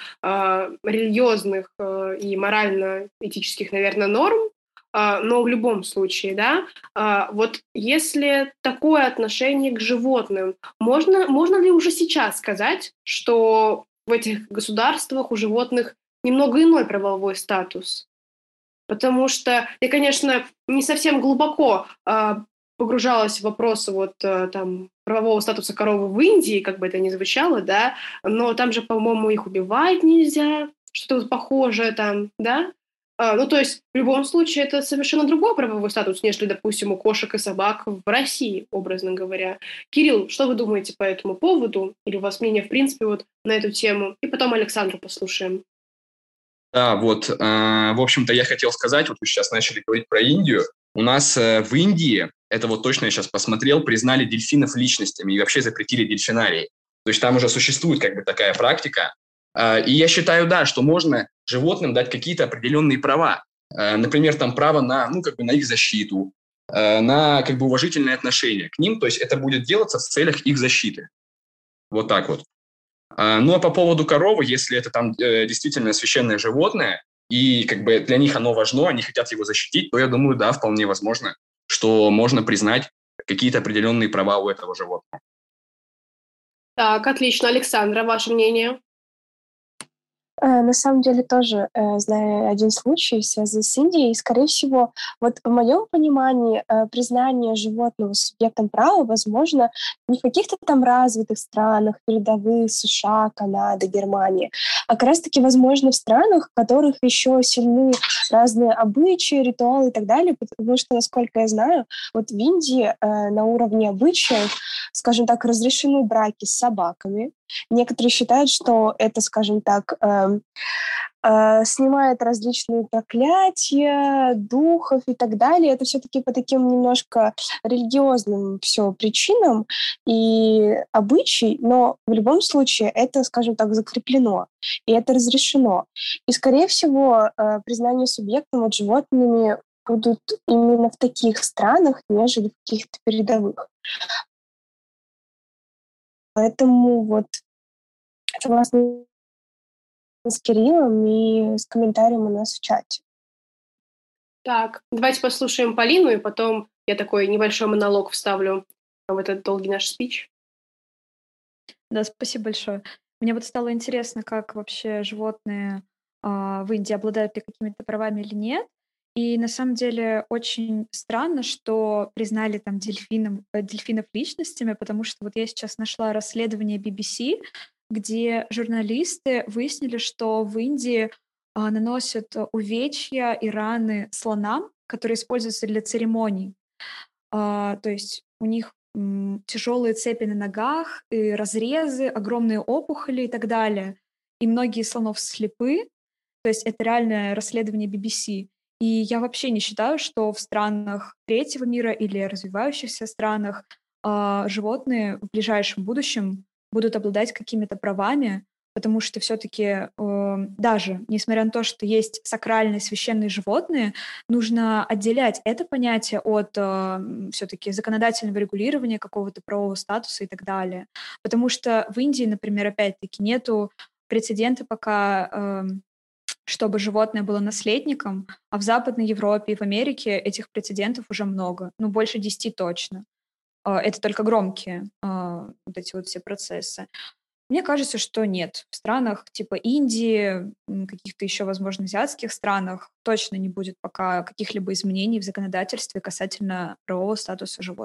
религиозных и морально-этических, наверное, норм, но в любом случае, да, вот если такое отношение к животным, можно ли уже сейчас сказать, что в этих государствах у животных немного иной правовой статус? Потому что я, конечно, не совсем глубоко погружалась в вопросы там правового статуса коровы в Индии, как бы это ни звучало, да, но там же, по-моему, их убивать нельзя, что-то похожее там, да? Ну, то есть, в любом случае, это совершенно другой правовой статус, нежели, допустим, у кошек и собак в России, образно говоря. Кирилл, что вы думаете по этому поводу? Или у вас мнение, в принципе, вот на эту тему? И потом Александру послушаем. Да, в общем-то, я хотел сказать, вот вы сейчас начали говорить про Индию. У нас в Индии, это вот точно я сейчас посмотрел, признали дельфинов личностями и вообще запретили дельфинарии. То есть там уже существует как бы такая практика. И я считаю, да, что можно животным дать какие-то определенные права. Например, там право на, ну, как бы на их защиту, на как бы уважительное отношение к ним. То есть это будет делаться в целях их защиты. Вот так вот. Ну, а по поводу коровы, если это там действительно священное животное, и как бы для них оно важно, они хотят его защитить, то я думаю, да, вполне возможно, что можно признать какие-то определенные права у этого животного. Так, отлично. Александра, ваше мнение? На самом деле тоже знаю один случай, связанный с Индией. И, скорее всего, вот в моем понимании признание животного субъектом права возможно не в каких-то там развитых странах, передовых, США, Канада, Германии, а как раз-таки возможно в странах, в которых еще сильны разные обычаи, ритуалы и так далее, потому что, насколько я знаю, вот в Индии на уровне обычаев, скажем так, разрешены браки с собаками. Некоторые считают, что это, скажем так, снимает различные проклятия, духов и так далее. Это все-таки по таким немножко религиозным все причинам и обычай, но в любом случае это, скажем так, закреплено, и это разрешено. И, скорее всего, признание субъектом вот животными будут именно в таких странах, нежели в каких-то передовых. Поэтому вот согласна с Кириллом и с комментарием у нас в чате. Так, давайте послушаем Полину, и потом я такой небольшой монолог вставлю в этот долгий наш спич. Да, спасибо большое. Мне вот стало интересно, как вообще животные в Индии обладают ли какими-то правами или нет. И на самом деле очень странно, что признали там дельфинов личностями, потому что вот я сейчас нашла расследование BBC, где журналисты выяснили, что в Индии наносят увечья и раны слонам, которые используются для церемоний. То есть у них тяжелые цепи на ногах, и разрезы, огромные опухоли и так далее. И многие слонов слепы. То есть это реальное расследование BBC. И я вообще не считаю, что в странах третьего мира или развивающихся странах животные в ближайшем будущем будут обладать какими-то правами, потому что все-таки даже несмотря на то, что есть сакральные священные животные, нужно отделять это понятие от все-таки законодательного регулирования, какого-то правового статуса и так далее. Потому что в Индии, например, опять-таки нету прецедента пока, чтобы животное было наследником, а в Западной Европе и в Америке этих прецедентов уже много, ну, больше 10 точно. Это только громкие вот эти вот все процессы. Мне кажется, что нет. В странах типа Индии, каких-то еще, возможно, азиатских странах точно не будет пока каких-либо изменений в законодательстве касательно правового статуса животных.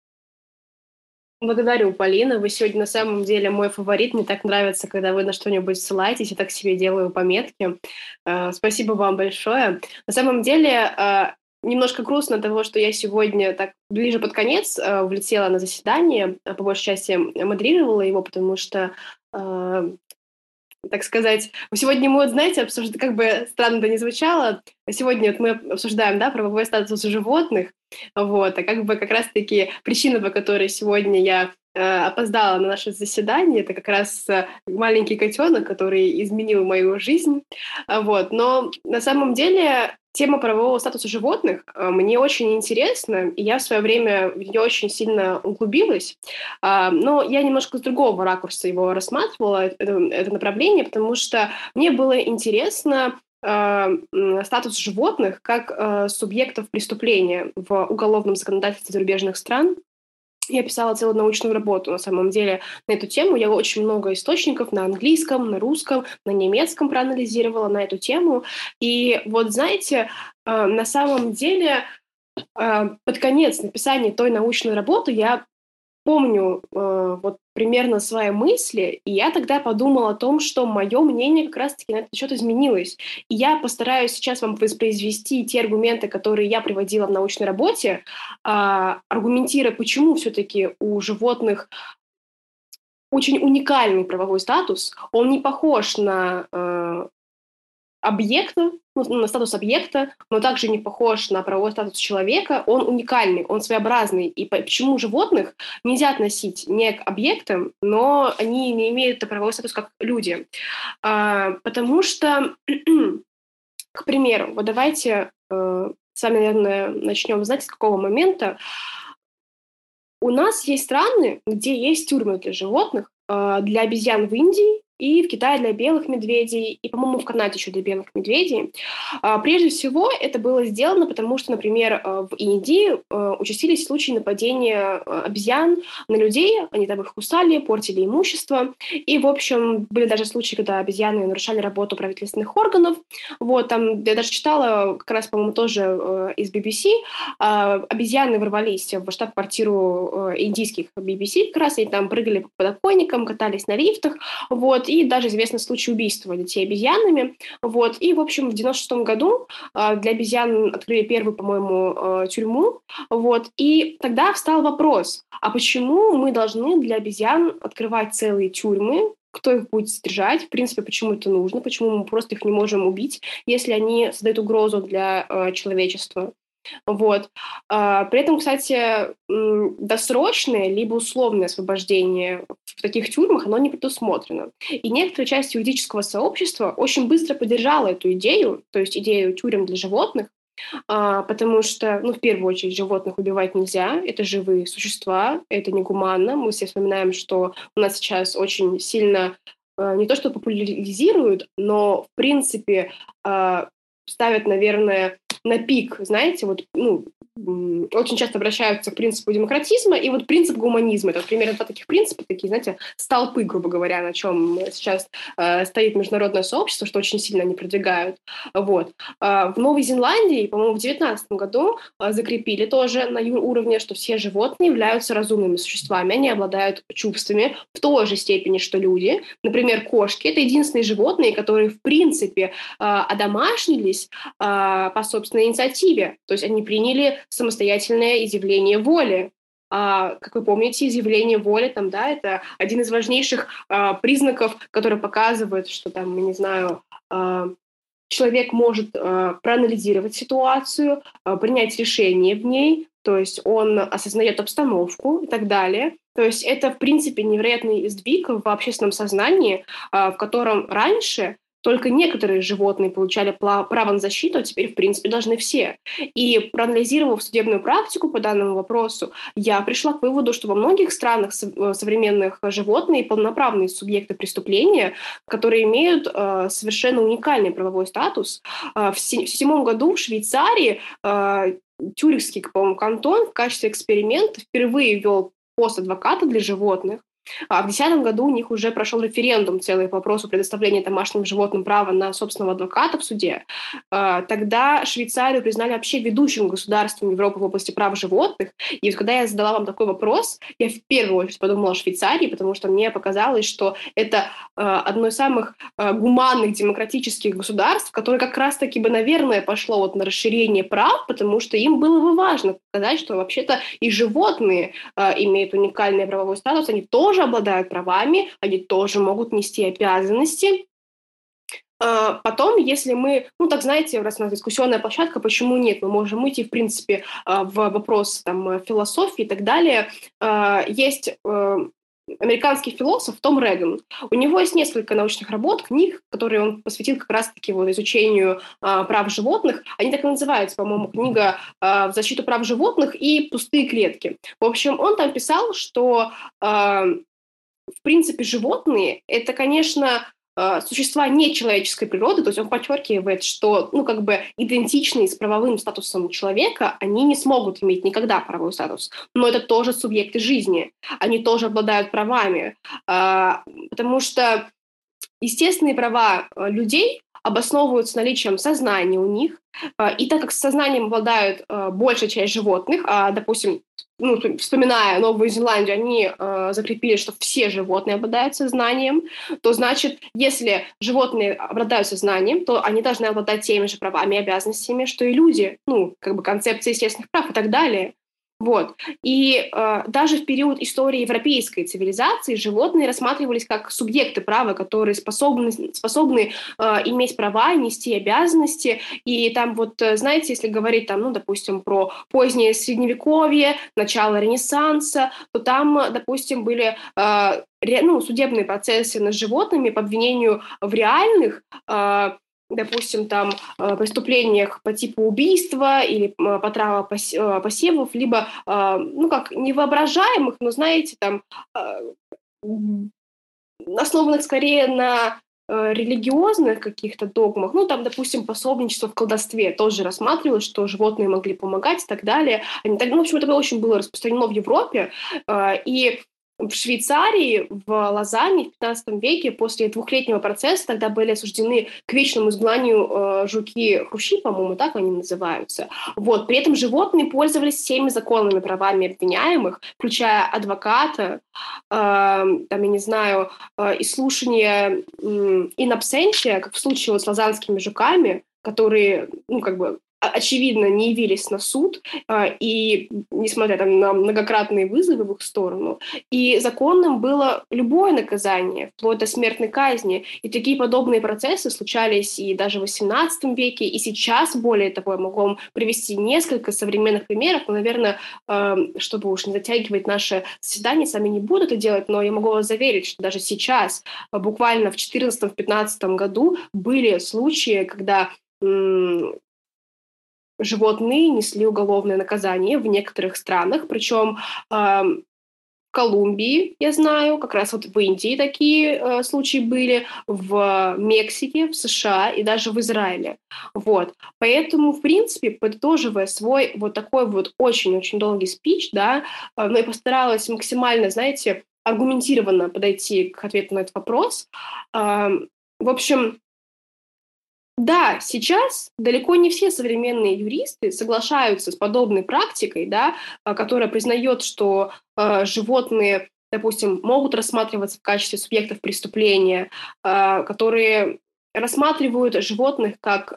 Благодарю, Полина. Вы сегодня на самом деле мой фаворит. Мне так нравится, когда вы на что-нибудь ссылаетесь. Я так себе делаю пометки. Спасибо вам большое. На самом деле, немножко грустно того, что я сегодня так ближе под конец влетела на заседание, по большей части модерировала его, потому что, так сказать, сегодня мы, вот, знаете, обсуждаем, как бы странно это ни звучало, сегодня вот мы обсуждаем, да, правовой статус животных, вот, а как бы как раз-таки причина, по которой сегодня я опоздала на наше заседание, это как раз маленький котенок, который изменил мою жизнь, вот, но на самом деле тема правового статуса животных мне очень интересна, и я в свое время в нее очень сильно углубилась, но я немножко с другого ракурса его рассматривала, это направление, потому что мне было интересно статус животных как субъектов преступления в уголовном законодательстве зарубежных стран. Я писала целую научную работу, на самом деле, на эту тему. Я очень много источников на английском, на русском, на немецком проанализировала на эту тему. И вот, знаете, на самом деле Под конец написания той научной работы я помню вот примерно свои мысли, и я тогда подумала о том, что мое мнение как раз-таки на этот счет изменилось. И я постараюсь сейчас вам воспроизвести те аргументы, которые я приводила в научной работе, аргументируя, почему все-таки у животных очень уникальный правовой статус. Он не похож на объекта, на статус объекта, но также не похож на правовой статус человека. Он уникальный, он своеобразный. И почему животных нельзя относить не к объектам, но они не имеют правовой статус как люди? Потому что, к примеру, вот давайте с вами, наверное, начнем, знаете, с какого момента. У нас есть страны, где есть тюрьмы для животных, для обезьян в Индии и в Китае для белых медведей, и, по-моему, в Канаде еще для белых медведей. Прежде всего, это было сделано, потому что, например, в Индии участились случаи нападения обезьян на людей, они там их кусали, портили имущество, и, в общем, были даже случаи, когда обезьяны нарушали работу правительственных органов. Вот, там, я даже читала, как раз, по-моему, тоже из BBC, обезьяны ворвались в штаб-квартиру индийских BBC, как раз, они там прыгали по подоконникам, катались на лифтах, вот, и даже известны случаи убийства детей обезьянами, вот, и, в общем, в 96 году для обезьян открыли первую, по-моему, тюрьму, вот, и тогда встал вопрос, а почему мы должны для обезьян открывать целые тюрьмы, кто их будет содержать, в принципе, почему это нужно, почему мы просто их не можем убить, если они создают угрозу для человечества. Вот. При этом, кстати, досрочное либо условное освобождение в таких тюрьмах, оно не предусмотрено. И некоторая часть юридического сообщества очень быстро поддержала эту идею, то есть идею тюрем для животных, потому что, в первую очередь, животных убивать нельзя, это живые существа, это негуманно. Мы все вспоминаем, что у нас сейчас очень сильно не то что популяризируют, но, в принципе, ставят, наверное, на пик, знаете, вот, очень часто обращаются к принципу демократизма и вот принцип гуманизма. Это вот примерно два таких принципа, такие, знаете, столпы, грубо говоря, на чем сейчас стоит международное сообщество, что очень сильно они продвигают. Вот. В Новой Зеландии, по-моему, в 2019 году закрепили тоже на уровне, что все животные являются разумными существами, они обладают чувствами в той же степени, что люди. Например, кошки — это единственные животные, которые, в принципе, одомашнились по собственной инициативе. То есть они приняли самостоятельное изъявление воли. Как вы помните, изъявление воли, это один из важнейших признаков, который показывает, что человек может проанализировать ситуацию, принять решение в ней, то есть он осознает обстановку и так далее. То есть это, в принципе, невероятный сдвиг в общественном сознании, в котором раньше только некоторые животные получали право на защиту, а теперь, в принципе, должны все. И проанализировав судебную практику по данному вопросу, я пришла к выводу, что во многих странах современных животные полноправные субъекты преступления, которые имеют совершенно уникальный правовой статус. В 2007 году в Швейцарии Тюрихский, по-моему, кантон в качестве эксперимента впервые ввел пост адвоката для животных. В 2010 году у них уже прошел референдум целый по вопросу предоставления домашним животным права на собственного адвоката в суде. Тогда Швейцарию признали вообще ведущим государством Европы в области прав животных. И вот когда я задала вам такой вопрос, я в первую очередь подумала о Швейцарии, потому что мне показалось, что это одно из самых гуманных демократических государств, которое как раз-таки бы, наверное, пошло вот на расширение прав, потому что им было бы важно показать, что вообще-то и животные имеют уникальный правовой статус, они тоже обладают правами, они тоже могут нести обязанности. Потом, если мы, знаете, раз у нас дискуссионная площадка, почему нет? Мы можем уйти, в принципе, в вопрос философии и так далее. Есть американский философ Том Реган. У него есть несколько научных работ, книг, которые он посвятил как раз-таки изучению прав животных. Они так и называются, по-моему, книга «В защиту прав животных» и «Пустые клетки». В общем, он там писал, что, в принципе, животные — это, конечно, существа нечеловеческой природы, то есть он подчеркивает, что, идентичные с правовым статусом человека, они не смогут иметь никогда правовой статус. Но это тоже субъекты жизни, они тоже обладают правами, потому что естественные права людей обосновываются наличием сознания у них, и так как сознанием обладают большая часть животных, допустим, вспоминая Новую Зеландию, они закрепили, что все животные обладают сознанием, то значит, если животные обладают сознанием, то они должны обладать теми же правами и обязанностями, что и люди, концепция естественных прав и так далее. Вот. И даже в период истории европейской цивилизации животные рассматривались как субъекты права, которые способны иметь права, нести обязанности. И там знаете, если говорить допустим, про позднее Средневековье, начало Ренессанса, то там, допустим, были судебные процессы над животными по обвинению в реальных допустим, преступлениях по типу убийства или по траве посевов, либо, невоображаемых, но, знаете, основанных скорее на религиозных каких-то догмах, допустим, пособничество в колдовстве тоже рассматривалось, что животные могли помогать и так далее. В общем, это очень было распространено в Европе, и в Швейцарии, в Лозанне в 15 веке после 2-летнего процесса тогда были осуждены к вечному изгнанию жуки-хрущи, по-моему, так они называются. Вот. При этом животные пользовались всеми законными правами обвиняемых, включая адвоката, изслушивание in absentia, как в случае с лозаннскими жуками, которые, очевидно, не явились на суд, и несмотря на многократные вызовы в их сторону. И законным было любое наказание, вплоть до смертной казни. И такие подобные процессы случались и даже в XVIII веке, и сейчас, более того, я могу вам привести несколько современных примеров, но, наверное, чтобы уж не затягивать наше заседание, сами не буду это делать, но я могу вас заверить, что даже сейчас, буквально в 2014-2015 году, были случаи, когда животные несли уголовное наказание в некоторых странах, причем в Колумбии, я знаю, как раз в Индии такие случаи были, в Мексике, в США и даже в Израиле. Вот. Поэтому, в принципе, подытоживая свой такой очень-очень долгий спич, я постаралась максимально, знаете, аргументированно подойти к ответу на этот вопрос. В общем, да, сейчас далеко не все современные юристы соглашаются с подобной практикой, которая признает, что животные, допустим, могут рассматриваться в качестве субъектов преступления, которые рассматривают животных как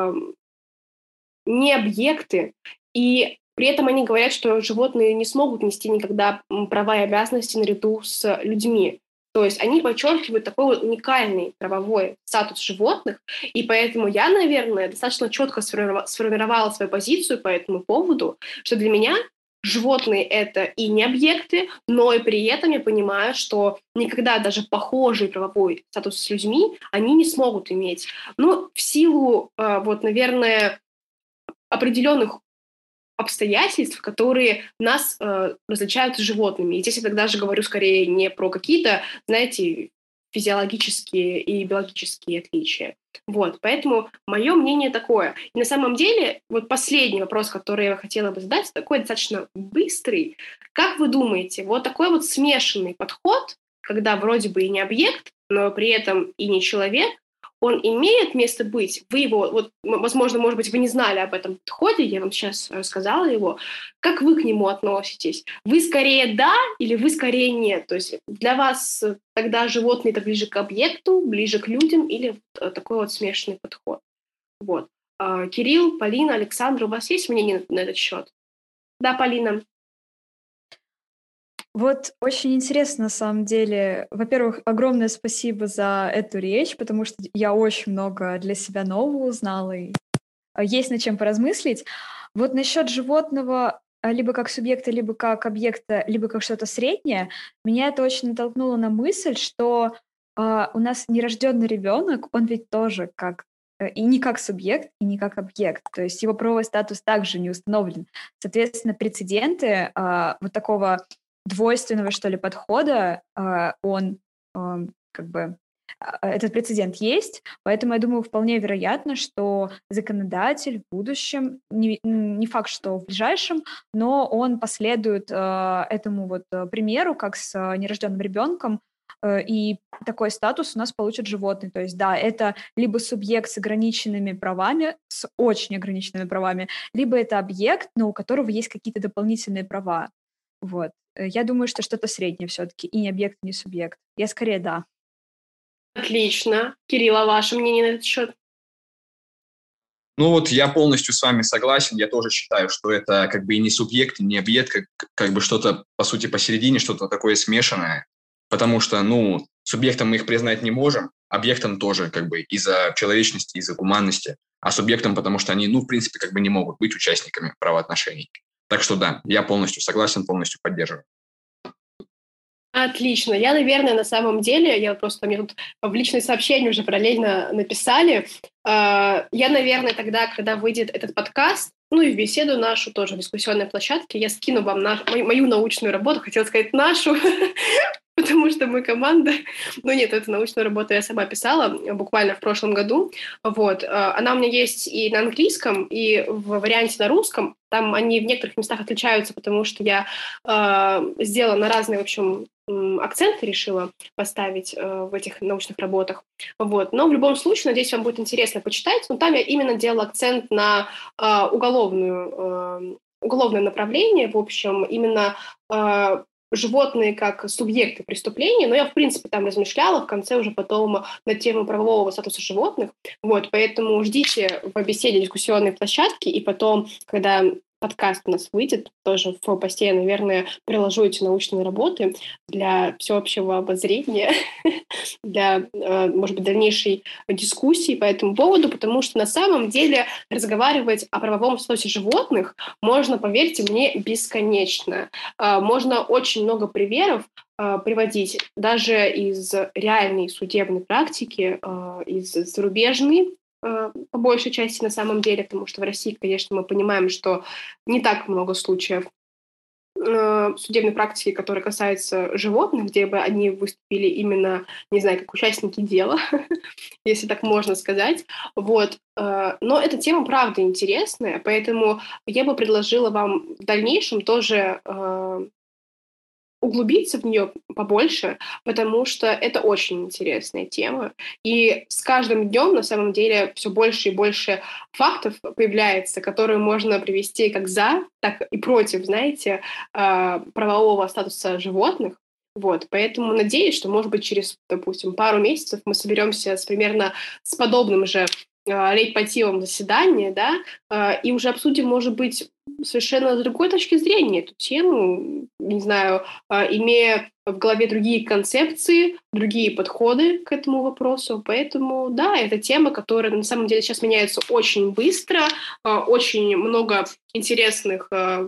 не объекты, и при этом они говорят, что животные не смогут нести никогда права и обязанности наряду с людьми. То есть они подчеркивают такой уникальный правовой статус животных, и поэтому я, наверное, достаточно четко сформировала свою позицию по этому поводу, что для меня животные — это и не объекты, но и при этом я понимаю, что никогда даже похожий правовой статус с людьми они не смогут иметь. В силу, наверное, определенных обстоятельств, которые нас различают с животными. И здесь я тогда же говорю скорее не про какие-то, знаете, физиологические и биологические отличия. Поэтому мое мнение такое. И на самом деле, последний вопрос, который я хотела бы задать, такой достаточно быстрый. Как вы думаете, такой смешанный подход, когда вроде бы и не объект, но при этом и не человек, он имеет место быть? Вы его, возможно, может быть, вы не знали об этом подходе, я вам сейчас рассказала его. Как вы к нему относитесь? Вы скорее да или вы скорее нет? То есть для вас тогда животные — это ближе к объекту, ближе к людям или такой смешанный подход? Кирилл, Полина, Александр, у вас есть мнение на этот счет? Да, Полина. Очень интересно, на самом деле. Во-первых, огромное спасибо за эту речь, потому что я очень много для себя нового узнала, и есть над чем поразмыслить. Насчет животного либо как субъекта, либо как объекта, либо как что-то среднее, меня это очень натолкнуло на мысль, что у нас нерожденный ребенок, он ведь тоже и не как субъект, и не как объект. То есть его правовой статус также не установлен. Соответственно, прецеденты такого двойственного, что ли, подхода, этот прецедент есть, поэтому я думаю, вполне вероятно, что законодатель в будущем, не факт, что в ближайшем, но он последует этому примеру, как с нерожденным ребенком, и такой статус у нас получит животный. То есть, да, это либо субъект с ограниченными правами, с очень ограниченными правами, либо это объект, но у которого есть какие-то дополнительные права. Вот. Я думаю, что что-то среднее все-таки, и не объект, и не субъект. Я скорее да. Отлично. Кирилл, а ваше мнение на этот счет? Ну вот я полностью с вами согласен. Я тоже считаю, что это как бы и не субъект, и не объект, как бы что-то, по сути, посередине, что-то такое смешанное. Потому что, ну, субъектом мы их признать не можем, объектом тоже как бы из-за человечности, из-за гуманности, а субъектом, потому что они, ну, в принципе, как бы не могут быть участниками правоотношений. Так что да, я полностью согласен, полностью поддерживаю. Отлично. Я, наверное, на самом деле, мне тут в личные сообщения уже параллельно написали. Я, наверное, тогда, когда выйдет этот подкаст, ну и в беседу нашу тоже в дискуссионной площадке, я скину вам мою научную работу, хотела сказать нашу, потому что мы команда. Но нет, эту научную работу я сама писала буквально в прошлом году. Вот. Она у меня есть и на английском, и в варианте на русском. Там они в некоторых местах отличаются, потому что я сделала на разные, в общем, акценты решила поставить в этих научных работах. Вот. Но в любом случае, надеюсь, вам будет интересно почитать. Но там я именно делала акцент на уголовное направление, в общем, именно животные как субъекты преступления, но я, в принципе, там размышляла в конце уже потом на тему правового статуса животных. Вот, поэтому ждите в беседе дискуссионной площадки, и потом, когда подкаст у нас выйдет, тоже в посте я, наверное, приложу эти научные работы для всеобщего обозрения, для, может быть, дальнейшей дискуссии по этому поводу, потому что на самом деле разговаривать о правовом статусе животных можно, поверьте мне, бесконечно. Можно очень много примеров приводить даже из реальной судебной практики, из зарубежной, по большей части на самом деле, потому что в России, конечно, мы понимаем, что не так много случаев судебной практики, которые касаются животных, где бы они выступили именно, не знаю, как участники дела, если так можно сказать. Вот. Но эта тема, правда, интересная, поэтому я бы предложила вам в дальнейшем тоже углубиться в нее побольше, потому что это очень интересная тема. И с каждым днем, на самом деле, все больше и больше фактов появляется, которые можно привести как за, так и против, знаете, правового статуса животных. Вот, поэтому надеюсь, что, может быть, через, допустим, пару месяцев мы соберемся примерно с подобным же лейтмотивом заседания, да, и уже обсудим, может быть, совершенно с другой точки зрения эту тему, не знаю, имея в голове другие концепции, другие подходы к этому вопросу. Поэтому, да, это тема, которая на самом деле сейчас меняется очень быстро, очень много интересных,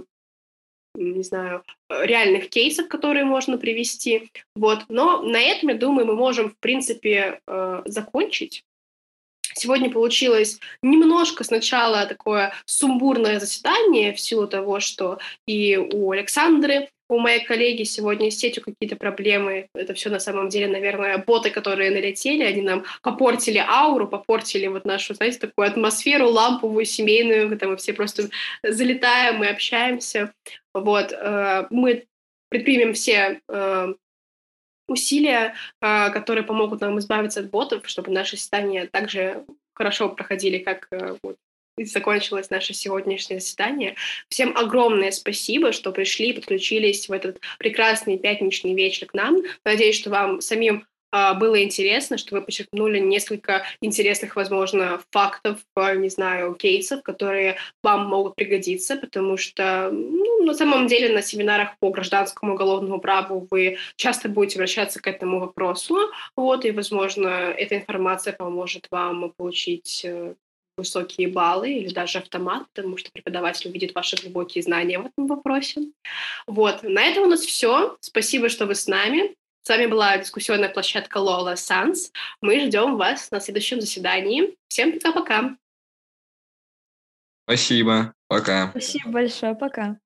не знаю, реальных кейсов, которые можно привести. Вот. Но на этом, я думаю, мы можем, в принципе, закончить. Сегодня получилось немножко сначала такое сумбурное заседание в силу того, что и у Александры, у моей коллеги сегодня с сетью какие-то проблемы. Это все на самом деле, наверное, боты, которые налетели, они нам попортили ауру, попортили вот нашу, знаете, такую атмосферу ламповую, семейную, когда мы все просто залетаем и общаемся. Вот. Мы предпримем все усилия, которые помогут нам избавиться от ботов, чтобы наши заседания также хорошо проходили, как вот закончилось наше сегодняшнее заседание. Всем огромное спасибо, что пришли и подключились в этот прекрасный пятничный вечер к нам. Надеюсь, что вам самим было интересно, что вы подчеркнули несколько интересных, возможно, фактов, не знаю, кейсов, которые вам могут пригодиться, потому что, на самом деле, на семинарах по гражданскому уголовному праву вы часто будете обращаться к этому вопросу, вот, и, возможно, эта информация поможет вам получить высокие баллы или даже автомат, потому что преподаватель увидит ваши глубокие знания в этом вопросе. Вот, на этом у нас все. Спасибо, что вы с нами. С вами была дискуссионная площадка Lola Sans. Мы ждем вас на следующем заседании. Всем пока-пока. Спасибо. Пока. Спасибо большое. Пока.